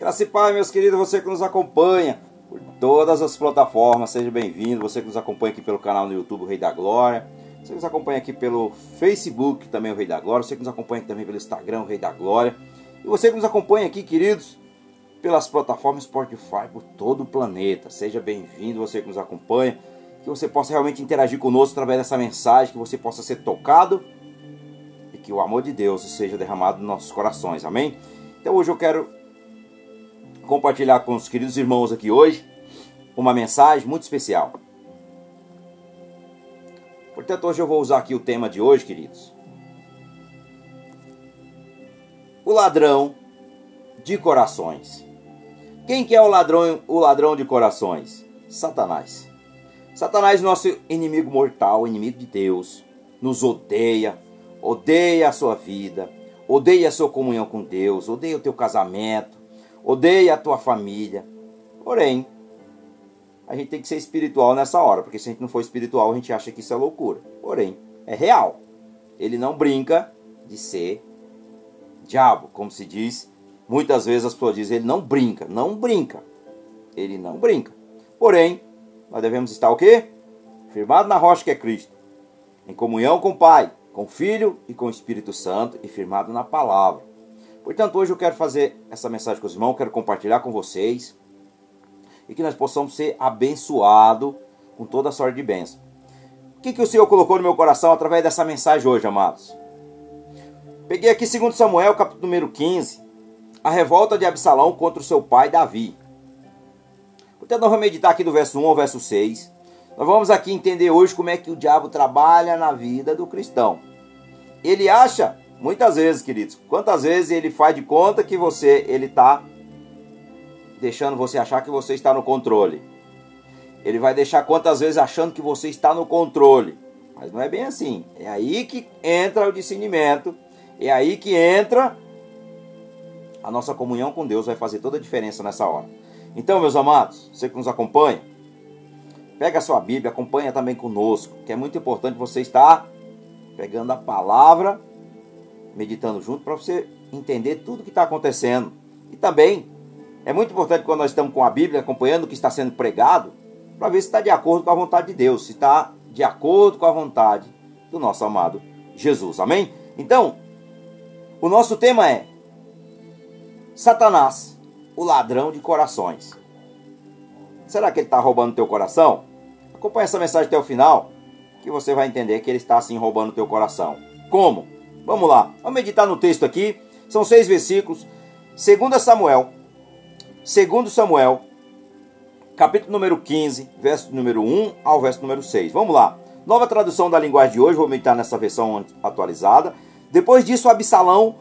Graça e paz, meus queridos, você que nos acompanha por todas as plataformas, seja bem-vindo. Você que nos acompanha aqui pelo canal no YouTube, o Rei da Glória. Você que nos acompanha aqui pelo Facebook, também o Rei da Glória. Você que nos acompanha aqui também pelo Instagram, o Rei da Glória. E você que nos acompanha aqui, queridos, pelas plataformas Spotify por todo o planeta. Seja bem-vindo, você que nos acompanha. Que você possa realmente interagir conosco através dessa mensagem, que você possa ser tocado e que o amor de Deus seja derramado nos nossos corações, amém? Então hoje eu quero compartilhar com os queridos irmãos aqui hoje uma mensagem muito especial. Portanto, hoje eu vou usar aqui o tema de hoje, queridos. O ladrão de corações. Quem que é o ladrão de corações? Satanás. Satanás, nosso inimigo mortal, inimigo de Deus, nos odeia, odeia a sua vida, odeia a sua comunhão com Deus, odeia o teu casamento, odeia a tua família. Porém, a gente tem que ser espiritual nessa hora, porque se a gente não for espiritual, a gente acha que isso é loucura. Porém, é real. Ele não brinca de ser diabo, como se diz. Muitas vezes as pessoas dizem, ele não brinca. Não brinca. Ele não brinca. Porém, nós devemos estar o quê? Firmado na rocha que é Cristo. Em comunhão com o Pai, com o Filho e com o Espírito Santo e firmado na palavra. Portanto, hoje eu quero fazer essa mensagem com os irmãos, quero compartilhar com vocês e que nós possamos ser abençoados com toda a sorte de bênção. O que o Senhor colocou no meu coração através dessa mensagem hoje, amados? Peguei aqui 2 Samuel, capítulo número 15, a revolta de Absalão contra o seu pai Davi. Portanto, nós vamos meditar aqui do verso 1 ao verso 6. Nós vamos aqui entender hoje como é que o diabo trabalha na vida do cristão. Ele acha, muitas vezes, queridos, quantas vezes ele faz de conta que ele está deixando você achar que você está no controle. Ele vai deixar quantas vezes achando que você está no controle. Mas não é bem assim. É aí que entra o discernimento. É aí que entra a nossa comunhão com Deus. Vai fazer toda a diferença nessa hora. Então, meus amados, você que nos acompanha, pega a sua Bíblia, acompanha também conosco, que é muito importante você estar pegando a palavra, meditando junto, para você entender tudo o que está acontecendo. E também é muito importante quando nós estamos com a Bíblia, acompanhando o que está sendo pregado, para ver se está de acordo com a vontade de Deus, se está de acordo com a vontade do nosso amado Jesus. Amém? Então, o nosso tema é Satanás, o ladrão de corações. Será que ele está roubando o teu coração? Acompanhe essa mensagem até o final, que você vai entender que ele está assim roubando o teu coração. Como? Vamos lá, vamos meditar no texto aqui. São 6 versículos. 2 Samuel, capítulo número 15, verso número 1 ao verso número 6. Vamos lá. Nova tradução da linguagem de hoje, vou meditar nessa versão atualizada. Depois disso, Absalão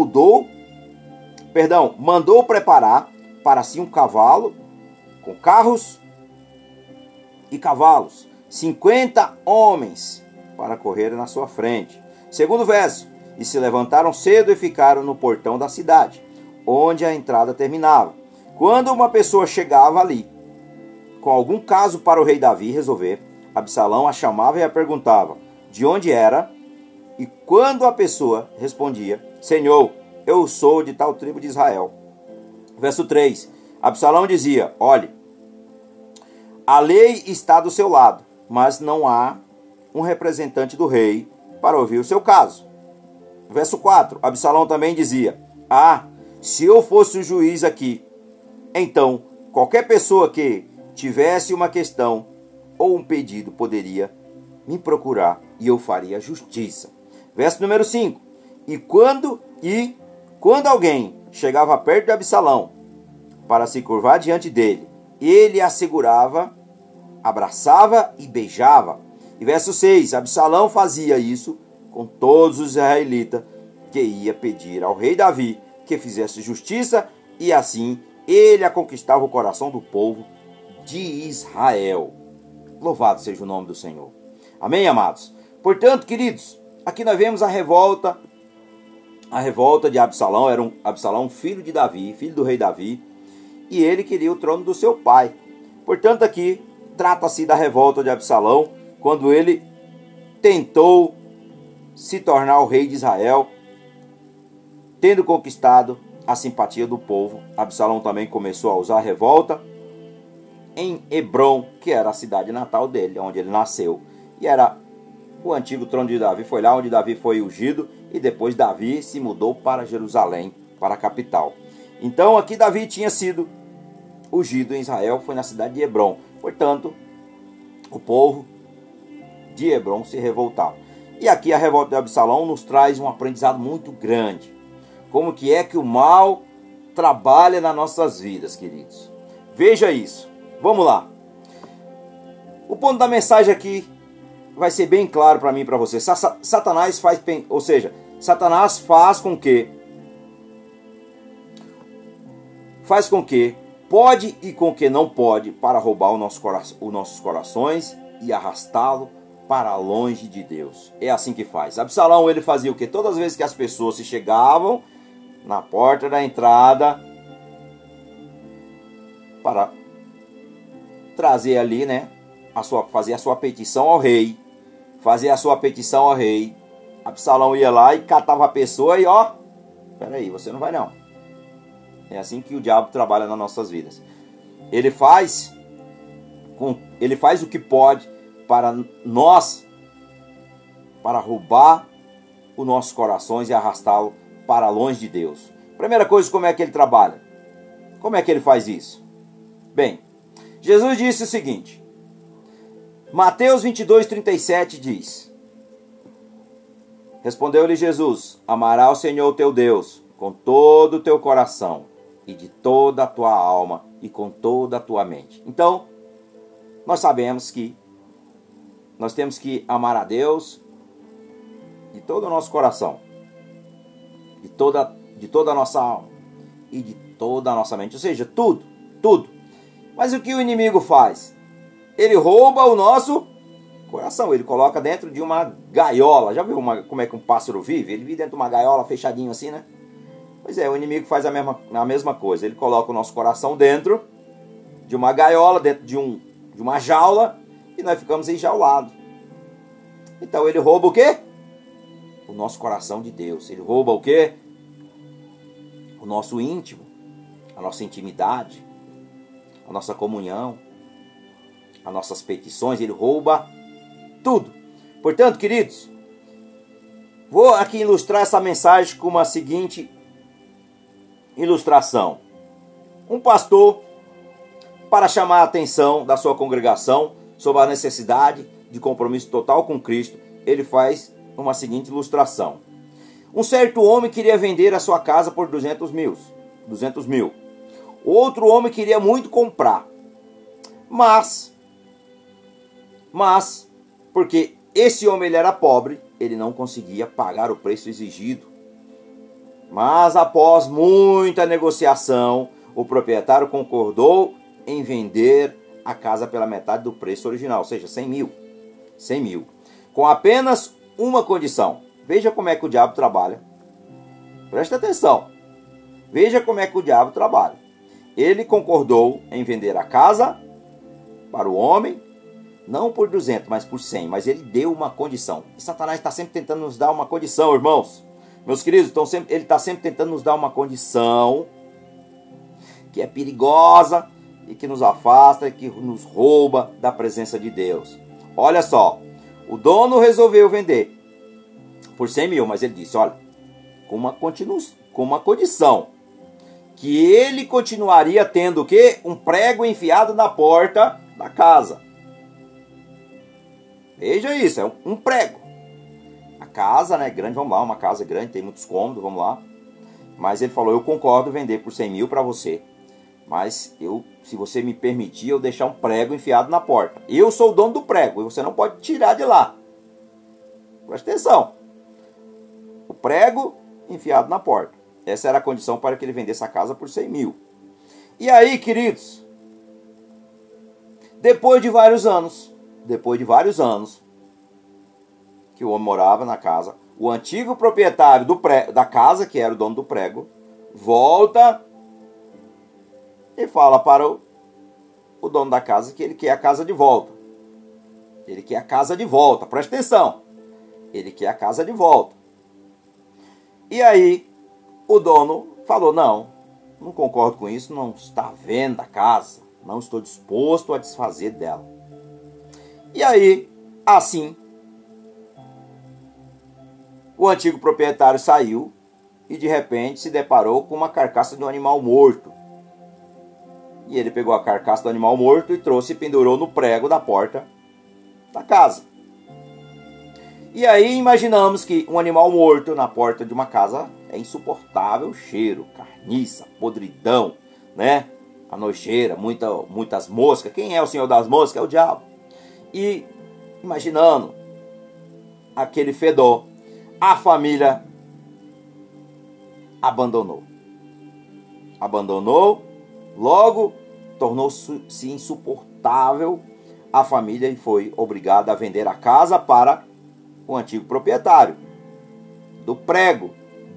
mandou preparar para si um cavalo com carros e cavalos, 50 homens para correr na sua frente. Segundo verso, e se levantaram cedo e ficaram no portão da cidade, onde a entrada terminava. Quando uma pessoa chegava ali, com algum caso para o rei Davi resolver, Absalão a chamava e a perguntava de onde era, e quando a pessoa respondia, Senhor, eu sou de tal tribo de Israel. Verso 3, Absalão dizia, olhe, a lei está do seu lado, mas não há um representante do rei para ouvir o seu caso. Verso 4, Absalão também dizia, se eu fosse o juiz aqui, então qualquer pessoa que tivesse uma questão ou um pedido poderia me procurar e eu faria justiça. Verso número 5, e quando alguém chegava perto de Absalão para se curvar diante dele, ele assegurava, abraçava e beijava. E verso 6, Absalão fazia isso com todos os israelitas que ia pedir ao rei Davi que fizesse justiça, e assim ele conquistava o coração do povo de Israel. Louvado seja o nome do Senhor. Amém, amados? Portanto, queridos, aqui nós vemos a revolta de Absalão. Era Absalão, filho de Davi, filho do rei Davi, e ele queria o trono do seu pai. Portanto, aqui trata-se da revolta de Absalão, quando ele tentou se tornar o rei de Israel, tendo conquistado a simpatia do povo, Absalão também começou a usar revolta em Hebrom, que era a cidade natal dele, onde ele nasceu, e era o antigo trono de Davi. Foi lá onde Davi foi ungido, e depois Davi se mudou para Jerusalém, para a capital. Então aqui Davi tinha sido ungido em Israel, foi na cidade de Hebrom. Portanto, o povo de Hebrom se revoltava. E aqui a revolta de Absalão nos traz um aprendizado muito grande. Como que é que o mal trabalha nas nossas vidas, queridos. Veja isso. Vamos lá. O ponto da mensagem aqui vai ser bem claro para mim e para você. Satanás faz, ou seja, Satanás faz com que pode e com que não pode para roubar os nossos corações e arrastá-lo para longe de Deus. É assim que faz. Absalão, ele fazia o que? Todas as vezes que as pessoas se chegavam na porta da entrada para trazer ali, né, fazer a sua petição ao rei, Absalão ia lá e catava a pessoa e ó, peraí, você não vai não. É assim que o diabo trabalha nas nossas vidas. Ele faz o que pode para roubar os nossos corações e arrastá-lo para longe de Deus. Primeira coisa, como é que ele trabalha? Como é que ele faz isso? Bem, Jesus disse o seguinte, Mateus 22:37 diz, respondeu-lhe Jesus, amarás o Senhor teu Deus com todo o teu coração e de toda a tua alma e com toda a tua mente. Então, nós sabemos que nós temos que amar a Deus de todo o nosso coração, de toda a nossa alma e de toda a nossa mente. Ou seja, tudo. Mas o que o inimigo faz? Ele rouba o nosso coração. Ele coloca dentro de uma gaiola. Já viu como é que um pássaro vive? Ele vive dentro de uma gaiola fechadinho assim, né? Pois é, o inimigo faz a mesma coisa. Ele coloca o nosso coração dentro de uma gaiola, dentro de uma jaula, e nós ficamos enjaulados. Então ele rouba o quê? O nosso coração de Deus. Ele rouba o quê? O nosso íntimo, a nossa intimidade, a nossa comunhão, as nossas petições. Ele rouba tudo. Portanto, queridos, vou aqui ilustrar essa mensagem com uma seguinte ilustração. Um pastor, para chamar a atenção da sua congregação sobre a necessidade de compromisso total com Cristo, ele faz uma seguinte ilustração. Um certo homem queria vender a sua casa por 200 mil. Outro homem queria muito comprar. Mas, porque esse homem ele era pobre, ele não conseguia pagar o preço exigido. Mas após muita negociação, o proprietário concordou em vender a casa pela metade do preço original, ou seja, 100 mil. Com apenas uma condição. Veja como é que o diabo trabalha. Presta atenção. Veja como é que o diabo trabalha. Ele concordou em vender a casa para o homem, não por 200, mas por 100. Mas ele deu uma condição. E Satanás está sempre tentando nos dar uma condição, irmãos. Meus queridos, ele está sempre tentando nos dar uma condição que é perigosa e que nos afasta e que nos rouba da presença de Deus. Olha só, o dono resolveu vender por 100 mil, mas ele disse, olha, com uma condição, que ele continuaria tendo o quê? Um prego enfiado na porta da casa. Veja isso, é um prego. A casa, né, grande, vamos lá, uma casa grande, tem muitos cômodos, vamos lá. Mas ele falou, eu concordo vender por 100 mil para você. Mas se você me permitir, eu deixar um prego enfiado na porta. Eu sou o dono do prego e você não pode tirar de lá. Presta atenção. O prego enfiado na porta. Essa era a condição para que ele vendesse a casa por 100 mil. E aí, queridos, depois de vários anos, que o homem morava na casa, o antigo proprietário da casa, que era o dono do prego, volta e fala para o dono da casa que ele quer a casa de volta. Ele quer a casa de volta, presta atenção. Ele quer a casa de volta. E aí, o dono falou: não concordo com isso, não está à venda a casa, não estou disposto a desfazer dela. E aí, assim, o antigo proprietário saiu e de repente se deparou com uma carcaça de um animal morto. E ele pegou a carcaça do animal morto e trouxe e pendurou no prego da porta da casa. E aí imaginamos que um animal morto na porta de uma casa é insuportável, cheiro, carniça, podridão, né? A nojeira, muitas moscas. Quem é o senhor das moscas? É o diabo. E imaginando aquele fedor, a família abandonou, logo tornou-se insuportável a família e foi obrigada a vender a casa para o antigo proprietário do prego.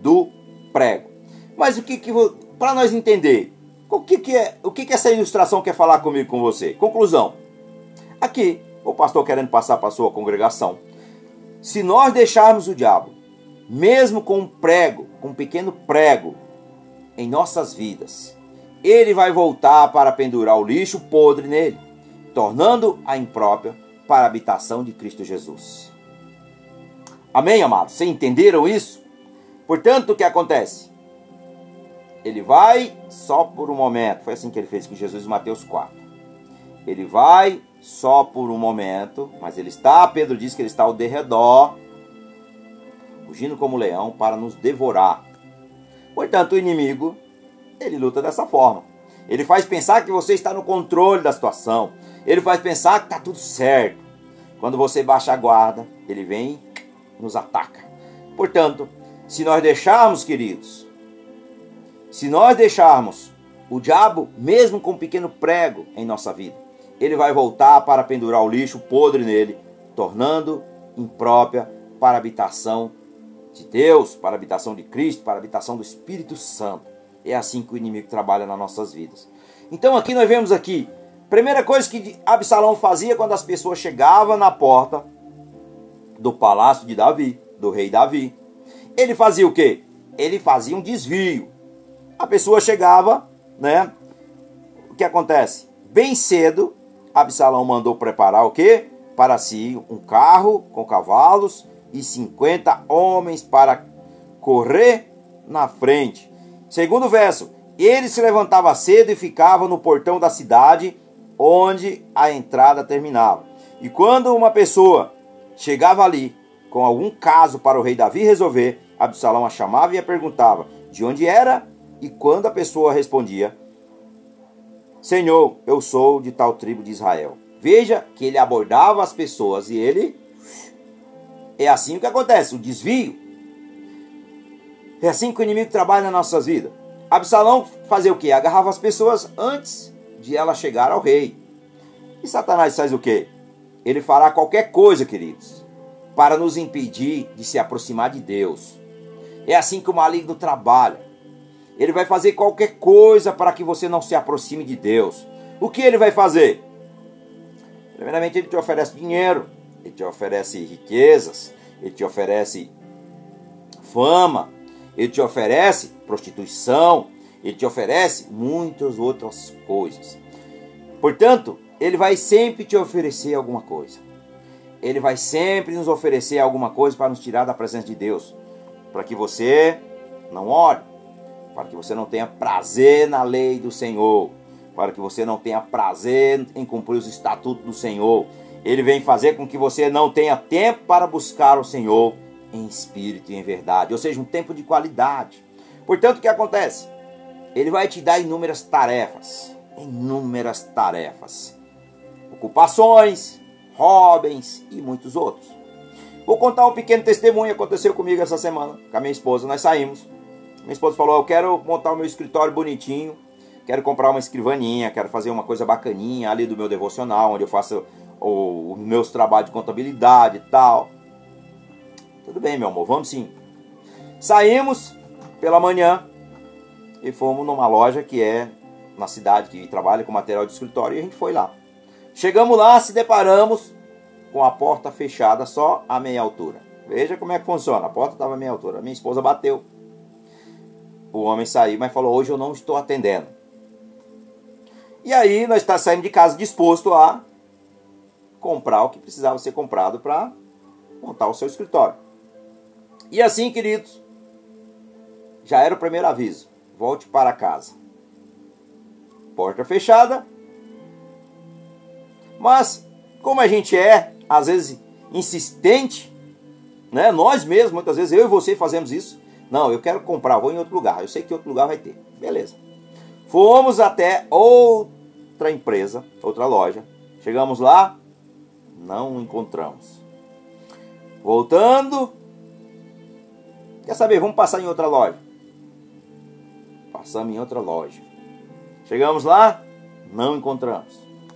Mas para nós entender, o que essa ilustração quer falar comigo, com você? Conclusão. Aqui, o pastor querendo passar para a sua congregação. Se nós deixarmos o diabo, mesmo com um pequeno prego em nossas vidas, ele vai voltar para pendurar o lixo podre nele, tornando a imprópria para a habitação de Cristo Jesus. Amém, amados? Vocês entenderam isso? Portanto, o que acontece? Ele vai só por um momento. Foi assim que ele fez com Jesus em Mateus 4. Ele vai só por um momento, mas Pedro diz que ele está ao derredor, rugindo como leão para nos devorar. Portanto, o inimigo, ele luta dessa forma. Ele faz pensar que você está no controle da situação. Ele faz pensar que está tudo certo. Quando você baixa a guarda, ele vem e nos ataca. Portanto, se nós deixarmos, queridos, o diabo, mesmo com um pequeno prego em nossa vida, ele vai voltar para pendurar o lixo podre nele, tornando imprópria para a habitação de Deus, para a habitação de Cristo, para a habitação do Espírito Santo. É assim que o inimigo trabalha nas nossas vidas. Então aqui nós vemos aqui, primeira coisa que Absalão fazia quando as pessoas chegavam na porta do palácio de Davi, do rei Davi. Ele fazia o quê? Ele fazia um desvio. A pessoa chegava, né? O que acontece? Bem cedo, Absalão mandou preparar o quê? Para si um carro com cavalos e 50 homens para correr na frente. Segundo verso, ele se levantava cedo e ficava no portão da cidade, onde a entrada terminava. E quando uma pessoa chegava ali com algum caso para o rei Davi resolver, Absalão a chamava e a perguntava de onde era, e quando a pessoa respondia: Senhor, eu sou de tal tribo de Israel. Veja que ele abordava as pessoas e ele... É assim o que acontece, o desvio. É assim que o inimigo trabalha nas nossas vidas. Absalão fazia o quê? Agarrava as pessoas antes de ela chegar ao rei. E Satanás faz o quê? Ele fará qualquer coisa, queridos, para nos impedir de se aproximar de Deus. É assim que o maligno trabalha. Ele vai fazer qualquer coisa para que você não se aproxime de Deus. O que ele vai fazer? Primeiramente, ele te oferece dinheiro, ele te oferece riquezas, ele te oferece fama, ele te oferece prostituição, ele te oferece muitas outras coisas. Portanto, ele vai sempre te oferecer alguma coisa. Ele vai sempre nos oferecer alguma coisa para nos tirar da presença de Deus, para que você não ore, para que você não tenha prazer na lei do Senhor, para que você não tenha prazer em cumprir os estatutos do Senhor. Ele vem fazer com que você não tenha tempo para buscar o Senhor em espírito e em verdade, ou seja, um tempo de qualidade. Portanto, o que acontece? Ele vai te dar inúmeras tarefas, ocupações, hobbies e muitos outros. Vou contar um pequeno testemunho que aconteceu comigo essa semana, com a minha esposa. Nós saímos. Minha esposa falou: eu quero montar o meu escritório bonitinho, quero comprar uma escrivaninha, quero fazer uma coisa bacaninha ali do meu devocional, onde eu faço os meus trabalhos de contabilidade e tal. Tudo bem, meu amor, vamos sim. Saímos pela manhã e fomos numa loja que é na cidade, que trabalha com material de escritório, e a gente foi lá. Chegamos lá, se deparamos com a porta fechada só a meia altura. Veja como é que funciona, a porta estava a meia altura. A minha esposa bateu. o homem saiu, mas falou, hoje eu não estou atendendo. E aí nós estamos saindo de casa disposto a comprar o que precisava ser comprado para montar o seu escritório. E assim, queridos, já era o primeiro aviso. Volte para casa. Porta fechada. Mas, como a gente é, às vezes, insistente, né? Nós mesmos, muitas vezes, eu e você fazemos isso. Não, eu quero comprar, vou em outro lugar. Eu sei que outro lugar vai ter. Beleza. Fomos até outra empresa, outra loja. Chegamos lá, não encontramos. Voltando. Quer saber, vamos passar em outra loja. Passamos em outra loja. Chegamos lá, não encontramos.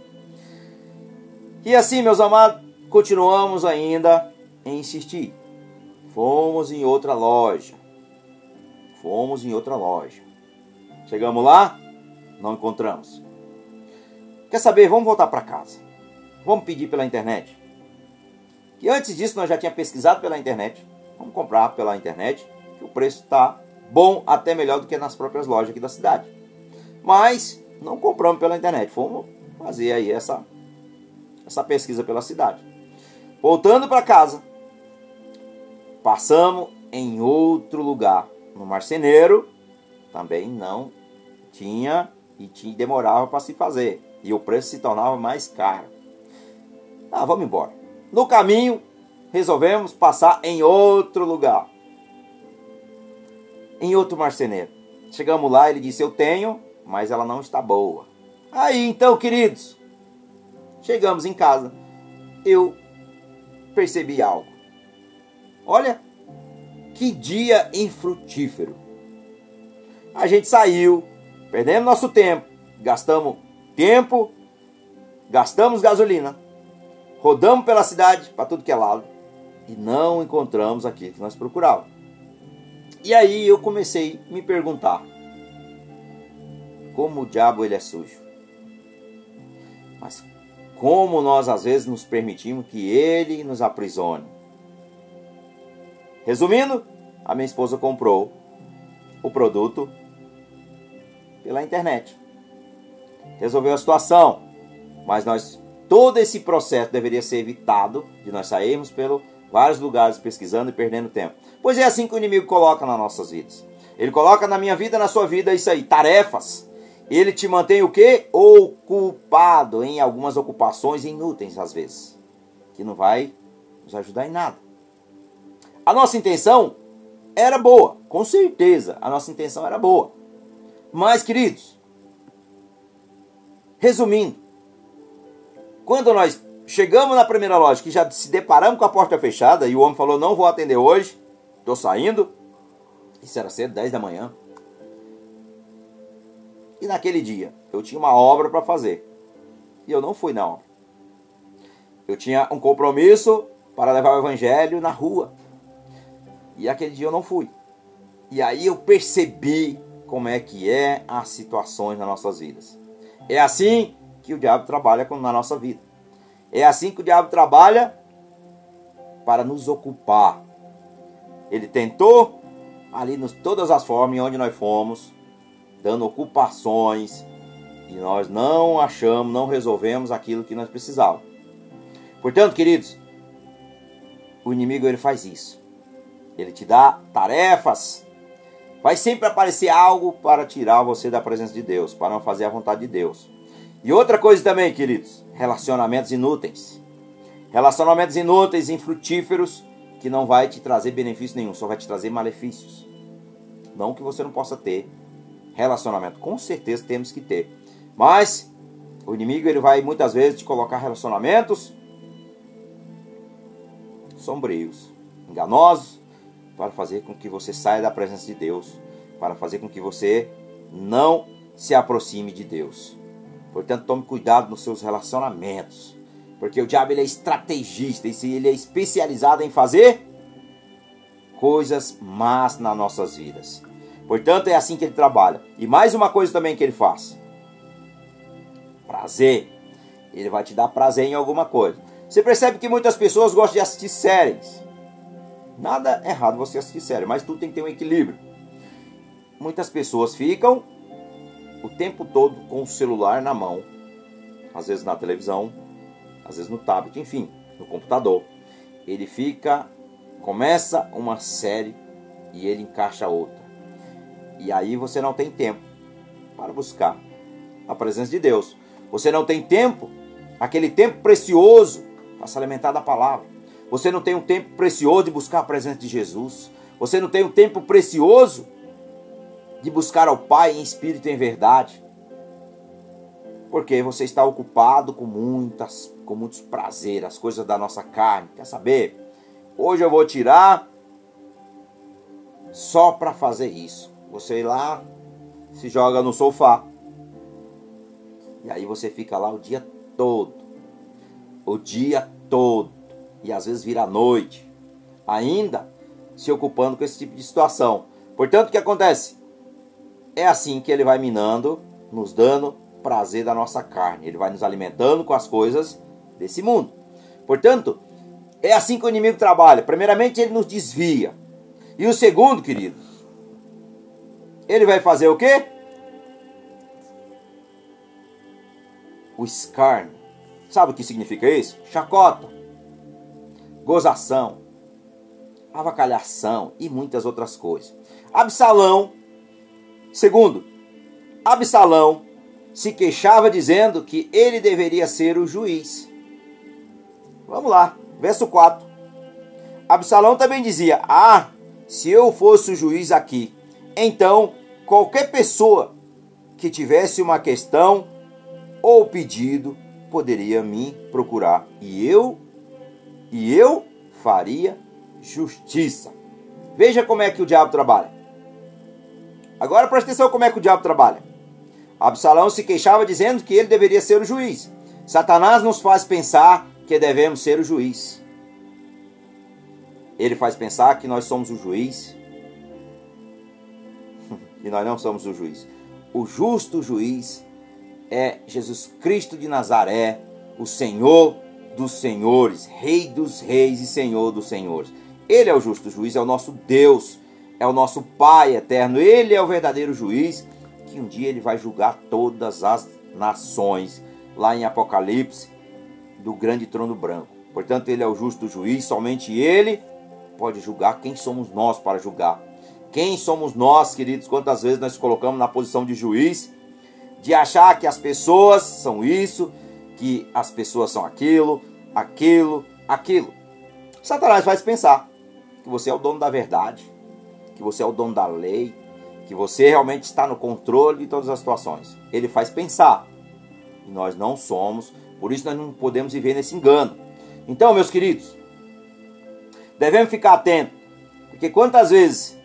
E assim, meus amados, continuamos ainda em insistir. Fomos em outra loja. Fomos em outra loja. Chegamos lá, não encontramos. Quer saber, vamos voltar para casa. Vamos pedir pela internet. E antes disso, nós já tínhamos pesquisado pela internet. Vamos comprar pela internet, que o preço está bom, até melhor do que nas próprias lojas aqui da cidade. Mas não compramos pela internet. Fomos fazer aí essa pesquisa pela cidade. Voltando para casa, passamos em outro lugar. No marceneiro, também não tinha e demorava para se fazer. E o preço se tornava mais caro. Vamos embora. No caminho, resolvemos passar em outro lugar. Em outro marceneiro. Chegamos lá, ele disse, eu tenho, mas ela não está boa. Aí então, queridos, chegamos em casa. Eu percebi algo. Olha, que dia infrutífero. A gente saiu, perdemos nosso tempo, gastamos gasolina, rodamos pela cidade, para tudo que é lado, e não encontramos aquilo que nós procurávamos. E aí eu comecei a me perguntar, como o diabo ele é sujo. Mas como nós às vezes nos permitimos que ele nos aprisione. Resumindo, a minha esposa comprou o produto pela internet. Resolveu a situação, mas todo esse processo deveria ser evitado, de nós sairmos pelos vários lugares pesquisando e perdendo tempo. Pois é assim que o inimigo coloca nas nossas vidas. Ele coloca na minha vida, na sua vida, isso aí, tarefas. Ele te mantém o quê? Ocupado em algumas ocupações inúteis às vezes, que não vai nos ajudar em nada. A nossa intenção era boa, com certeza, a nossa intenção era boa. Mas, queridos, resumindo, quando nós chegamos na primeira loja, que já se deparamos com a porta fechada, e o homem falou, não vou atender hoje, estou saindo, isso era cedo, 10 da manhã. E naquele dia, eu tinha uma obra para fazer, e eu não fui na obra. Eu tinha um compromisso para levar o evangelho na rua, e aquele dia eu não fui. E aí eu percebi como é que é as situações nas nossas vidas. É assim que o diabo trabalha na nossa vida. É assim que o diabo trabalha para nos ocupar. Ele tentou ali de todas as formas, em onde nós fomos, dando ocupações, e nós não achamos, não resolvemos aquilo que nós precisávamos. Portanto, queridos, o inimigo ele faz isso. Ele te dá tarefas. Vai sempre aparecer algo para tirar você da presença de Deus, para não fazer a vontade de Deus. E outra coisa também, queridos, relacionamentos inúteis. Relacionamentos inúteis, infrutíferos, que não vai te trazer benefício nenhum, só vai te trazer malefícios. Não que você não possa ter relacionamento, com certeza temos que ter. Mas o inimigo ele vai muitas vezes te colocar relacionamentos sombrios, enganosos, para fazer com que você saia da presença de Deus, para fazer com que você não se aproxime de Deus. Portanto, tome cuidado nos seus relacionamentos, porque o diabo ele é estrategista, ele é especializado em fazer coisas más nas nossas vidas. Portanto, é assim que ele trabalha. E mais uma coisa também que ele faz: prazer. Ele vai te dar prazer em alguma coisa. Você percebe que muitas pessoas gostam de assistir séries. Nada errado você assistir série, mas tudo tem que ter um equilíbrio. muitas pessoas ficam o tempo todo com o celular na mão, às vezes na televisão, às vezes no tablet, enfim, no computador. Ele começa uma série e ele encaixa outra. E aí você não tem tempo para buscar a presença de Deus. Você não tem tempo, aquele tempo precioso para se alimentar da palavra. Você não tem um tempo precioso de buscar a presença de Jesus. Você não tem um tempo precioso de buscar ao Pai em espírito e em verdade. Porque você está ocupado com muitos prazeres, as coisas da nossa carne. Quer saber? Hoje eu vou tirar só para fazer isso. Você ir lá, se joga no sofá. E aí você fica lá o dia todo. O dia todo. E às vezes vira a noite. Ainda se ocupando com esse tipo de situação. Portanto, o que acontece? É assim que ele vai minando, nos dando prazer da nossa carne. Ele vai nos alimentando com as coisas desse mundo. Portanto, é assim que o inimigo trabalha. Primeiramente, ele nos desvia. E o segundo, querido, ele vai fazer o quê? O escárnio. Sabe o que significa isso? Chacota, gozação, avacalhação e muitas outras coisas. Absalão, segundo, Absalão se queixava dizendo que ele deveria ser o juiz. Vamos lá, verso 4. Absalão também dizia: se eu fosse o juiz aqui, então qualquer pessoa que tivesse uma questão ou pedido poderia me procurar e eu faria justiça. Veja como é que o diabo trabalha. Agora preste atenção como é que o diabo trabalha. Absalão se queixava dizendo que ele deveria ser o juiz. Satanás nos faz pensar que devemos ser o juiz. Ele faz pensar que nós somos o juiz. E nós não somos o juiz. O justo juiz é Jesus Cristo de Nazaré, o Senhor dos senhores, Rei dos reis e Senhor dos senhores. Ele é o justo juiz, é o nosso Deus, é o nosso Pai eterno. Ele é o verdadeiro juiz, que um dia ele vai julgar todas as nações, lá em Apocalipse, do grande trono branco. Portanto, ele é o justo juiz, somente ele pode julgar. Quem somos nós para julgar? Quem somos nós, queridos? Quantas vezes nós colocamos na posição de juiz, de achar que as pessoas são isso, que as pessoas são aquilo. Satanás faz pensar que você é o dono da verdade, que você é o dono da lei, que você realmente está no controle de todas as situações. Ele faz pensar. E nós não somos, por isso nós não podemos viver nesse engano. Então, meus queridos, devemos ficar atentos, porque quantas vezes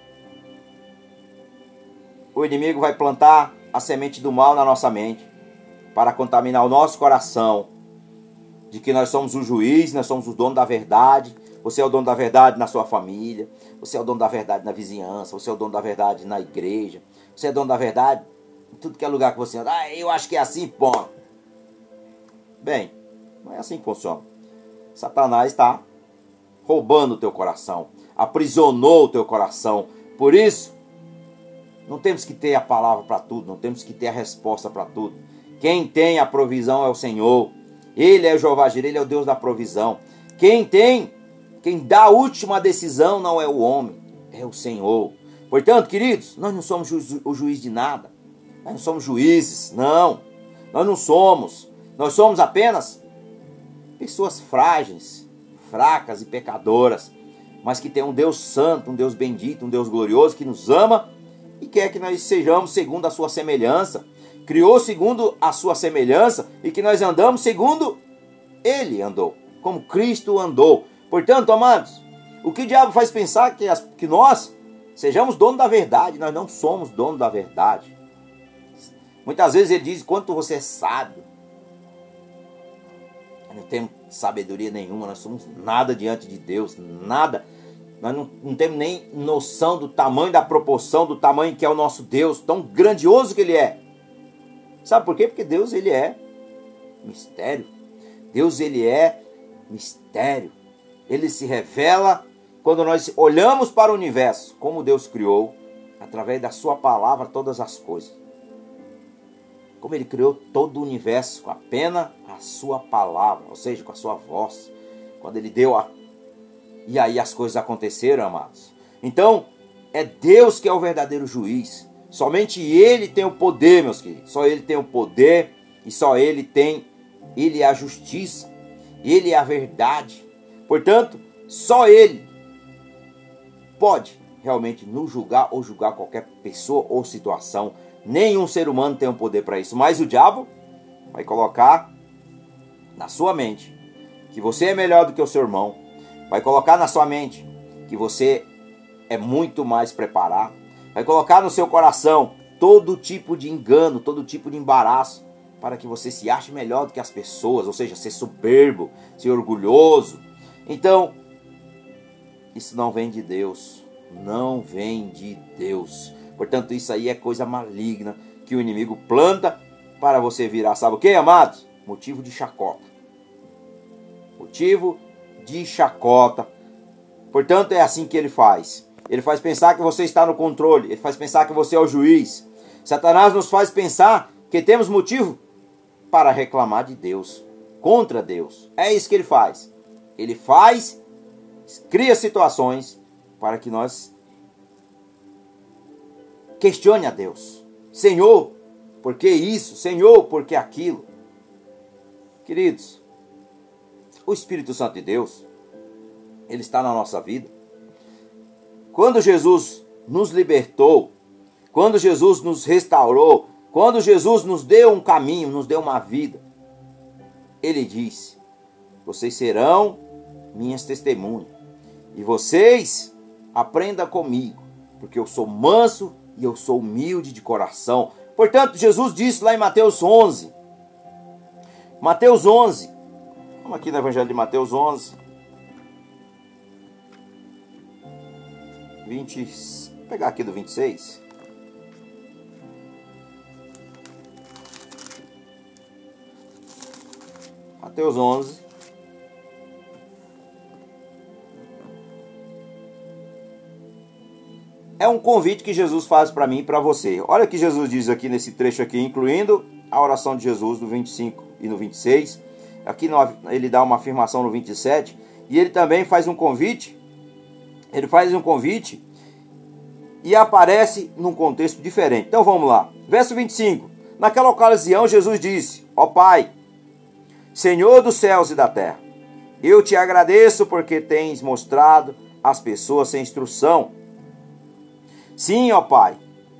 o inimigo vai plantar a semente do mal na nossa mente, para contaminar o nosso coração, de que nós somos o juiz, nós somos o dono da verdade. Você é o dono da verdade na sua família, você é o dono da verdade na vizinhança, você é o dono da verdade na igreja, você é o dono da verdade em tudo que é lugar que você anda. Eu acho que é assim, ponto. Bem, não é assim que funciona. Satanás está roubando o teu coração, aprisionou o teu coração. Por isso, não temos que ter a palavra para tudo, não temos que ter a resposta para tudo. Quem tem a provisão é o Senhor. Ele é o Jeová Jireh, ele é o Deus da provisão. Quem dá a última decisão não é o homem, é o Senhor. Portanto, queridos, nós não somos o juiz de nada. Nós não somos juízes, não. Nós não somos. Nós somos apenas pessoas frágeis, fracas e pecadoras, mas que tem um Deus santo, um Deus bendito, um Deus glorioso que nos ama e quer que nós sejamos segundo a sua semelhança. Criou segundo a sua semelhança e que nós andamos segundo ele andou, como Cristo andou. Portanto, amados, o que o diabo faz pensar que nós sejamos dono da verdade. Nós não somos dono da verdade. Muitas vezes ele diz: quanto você é sábio. Nós não temos sabedoria nenhuma, nós somos nada diante de Deus, nada. Nós não temos nem noção do tamanho, da proporção, do tamanho que é o nosso Deus, tão grandioso que ele é. Sabe por quê? Porque Deus, ele é mistério. Deus, ele é mistério. Ele se revela quando nós olhamos para o universo, como Deus criou, através da sua palavra, todas as coisas. Como ele criou todo o universo com apenas a sua palavra, ou seja, com a sua voz. Quando ele deu a... E aí as coisas aconteceram, amados. Então, é Deus que é o verdadeiro juiz. Somente Ele tem o poder, meus queridos. Só Ele tem o poder e só Ele tem... Ele é a justiça. Ele é a verdade. Portanto, só Ele pode realmente nos julgar ou julgar qualquer pessoa ou situação. Nenhum ser humano tem o poder para isso. Mas o diabo vai colocar na sua mente que você é melhor do que o seu irmão. Vai colocar na sua mente que você é muito mais preparado. Vai colocar no seu coração todo tipo de engano, todo tipo de embaraço, para que você se ache melhor do que as pessoas, ou seja, ser soberbo, ser orgulhoso. Então, isso não vem de Deus. Não vem de Deus. Portanto, isso aí é coisa maligna que o inimigo planta para você virar, sabe o que, amados? Motivo de chacota. Motivo de chacota. Portanto, é assim que ele faz. Ele faz pensar que você está no controle. Ele faz pensar que você é o juiz. Satanás nos faz pensar que temos motivo para reclamar de Deus, contra Deus. É isso que ele faz. Ele faz, cria situações para que nós questione a Deus. Senhor, por que isso? Senhor, por que aquilo? Queridos, o Espírito Santo de Deus, ele está na nossa vida. Quando Jesus nos libertou, quando Jesus nos restaurou, quando Jesus nos deu um caminho, nos deu uma vida, ele disse: vocês serão minhas testemunhas. E vocês aprendam comigo, porque eu sou manso e eu sou humilde de coração. Portanto, Jesus disse lá em Mateus 11. Mateus 11. Vamos aqui no Evangelho de Mateus 11. 20, vou pegar aqui do 26. Mateus 11. É um convite que Jesus faz para mim e para você. Olha o que Jesus diz aqui nesse trecho aqui, incluindo a oração de Jesus no 25 e no 26. Aqui ele dá uma afirmação no 27. E ele também faz um convite. Ele faz um convite e aparece num contexto diferente. Então vamos lá. Verso 25. Naquela ocasião Jesus disse: ó Pai, Senhor dos céus e da terra, eu te agradeço porque tens mostrado às pessoas sem instrução. Sim, ó Pai,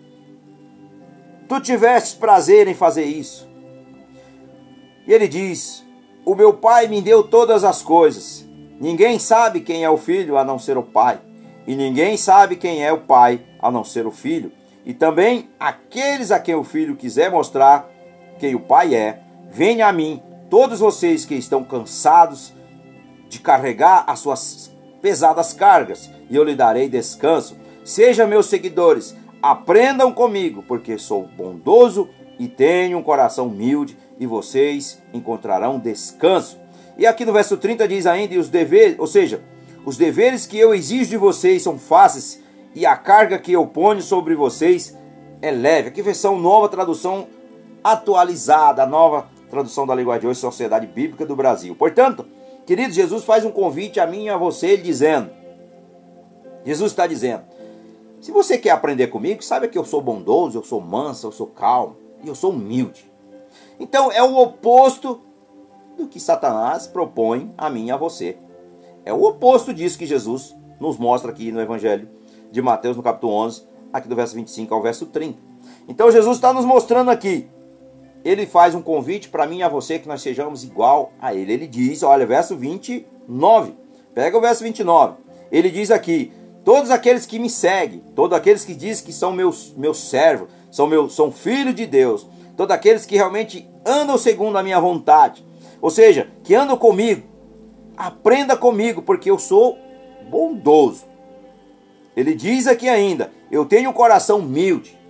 tu tivestes prazer em fazer isso. E ele diz: o meu Pai me deu todas as coisas. Ninguém sabe quem é o Filho a não ser o Pai. E ninguém sabe quem é o Pai a não ser o Filho. E também aqueles a quem o Filho quiser mostrar quem o Pai é, venham a mim, todos vocês que estão cansados de carregar as suas pesadas cargas, e eu lhe darei descanso. Sejam meus seguidores, aprendam comigo, porque sou bondoso e tenho um coração humilde, e vocês encontrarão descanso. E aqui no verso 30 diz ainda: e os deveres, ou seja, os deveres que eu exijo de vocês são fáceis, e a carga que eu ponho sobre vocês é leve. Aqui versão nova, tradução atualizada, a nova tradução da linguagem de hoje, Sociedade Bíblica do Brasil. Portanto, queridos, Jesus faz um convite a mim e a você, dizendo, Jesus está dizendo: se você quer aprender comigo, saiba que eu sou bondoso, eu sou manso, eu sou calmo e eu sou humilde. Então é o oposto do que Satanás propõe a mim e a você. É o oposto disso que Jesus nos mostra aqui no Evangelho de Mateus, no capítulo 11, aqui do verso 25 ao verso 30. Então Jesus está nos mostrando aqui. Ele faz um convite para mim e a você que nós sejamos igual a ele. Ele diz, olha, verso 29. Pega o verso 29. Ele diz aqui: todos aqueles que me seguem, todos aqueles que dizem que são meus servos, são filhos de Deus, todos aqueles que realmente andam segundo a minha vontade, ou seja, que andam comigo, aprenda comigo, porque eu sou bondoso. Ele diz aqui ainda: eu tenho um coração humilde,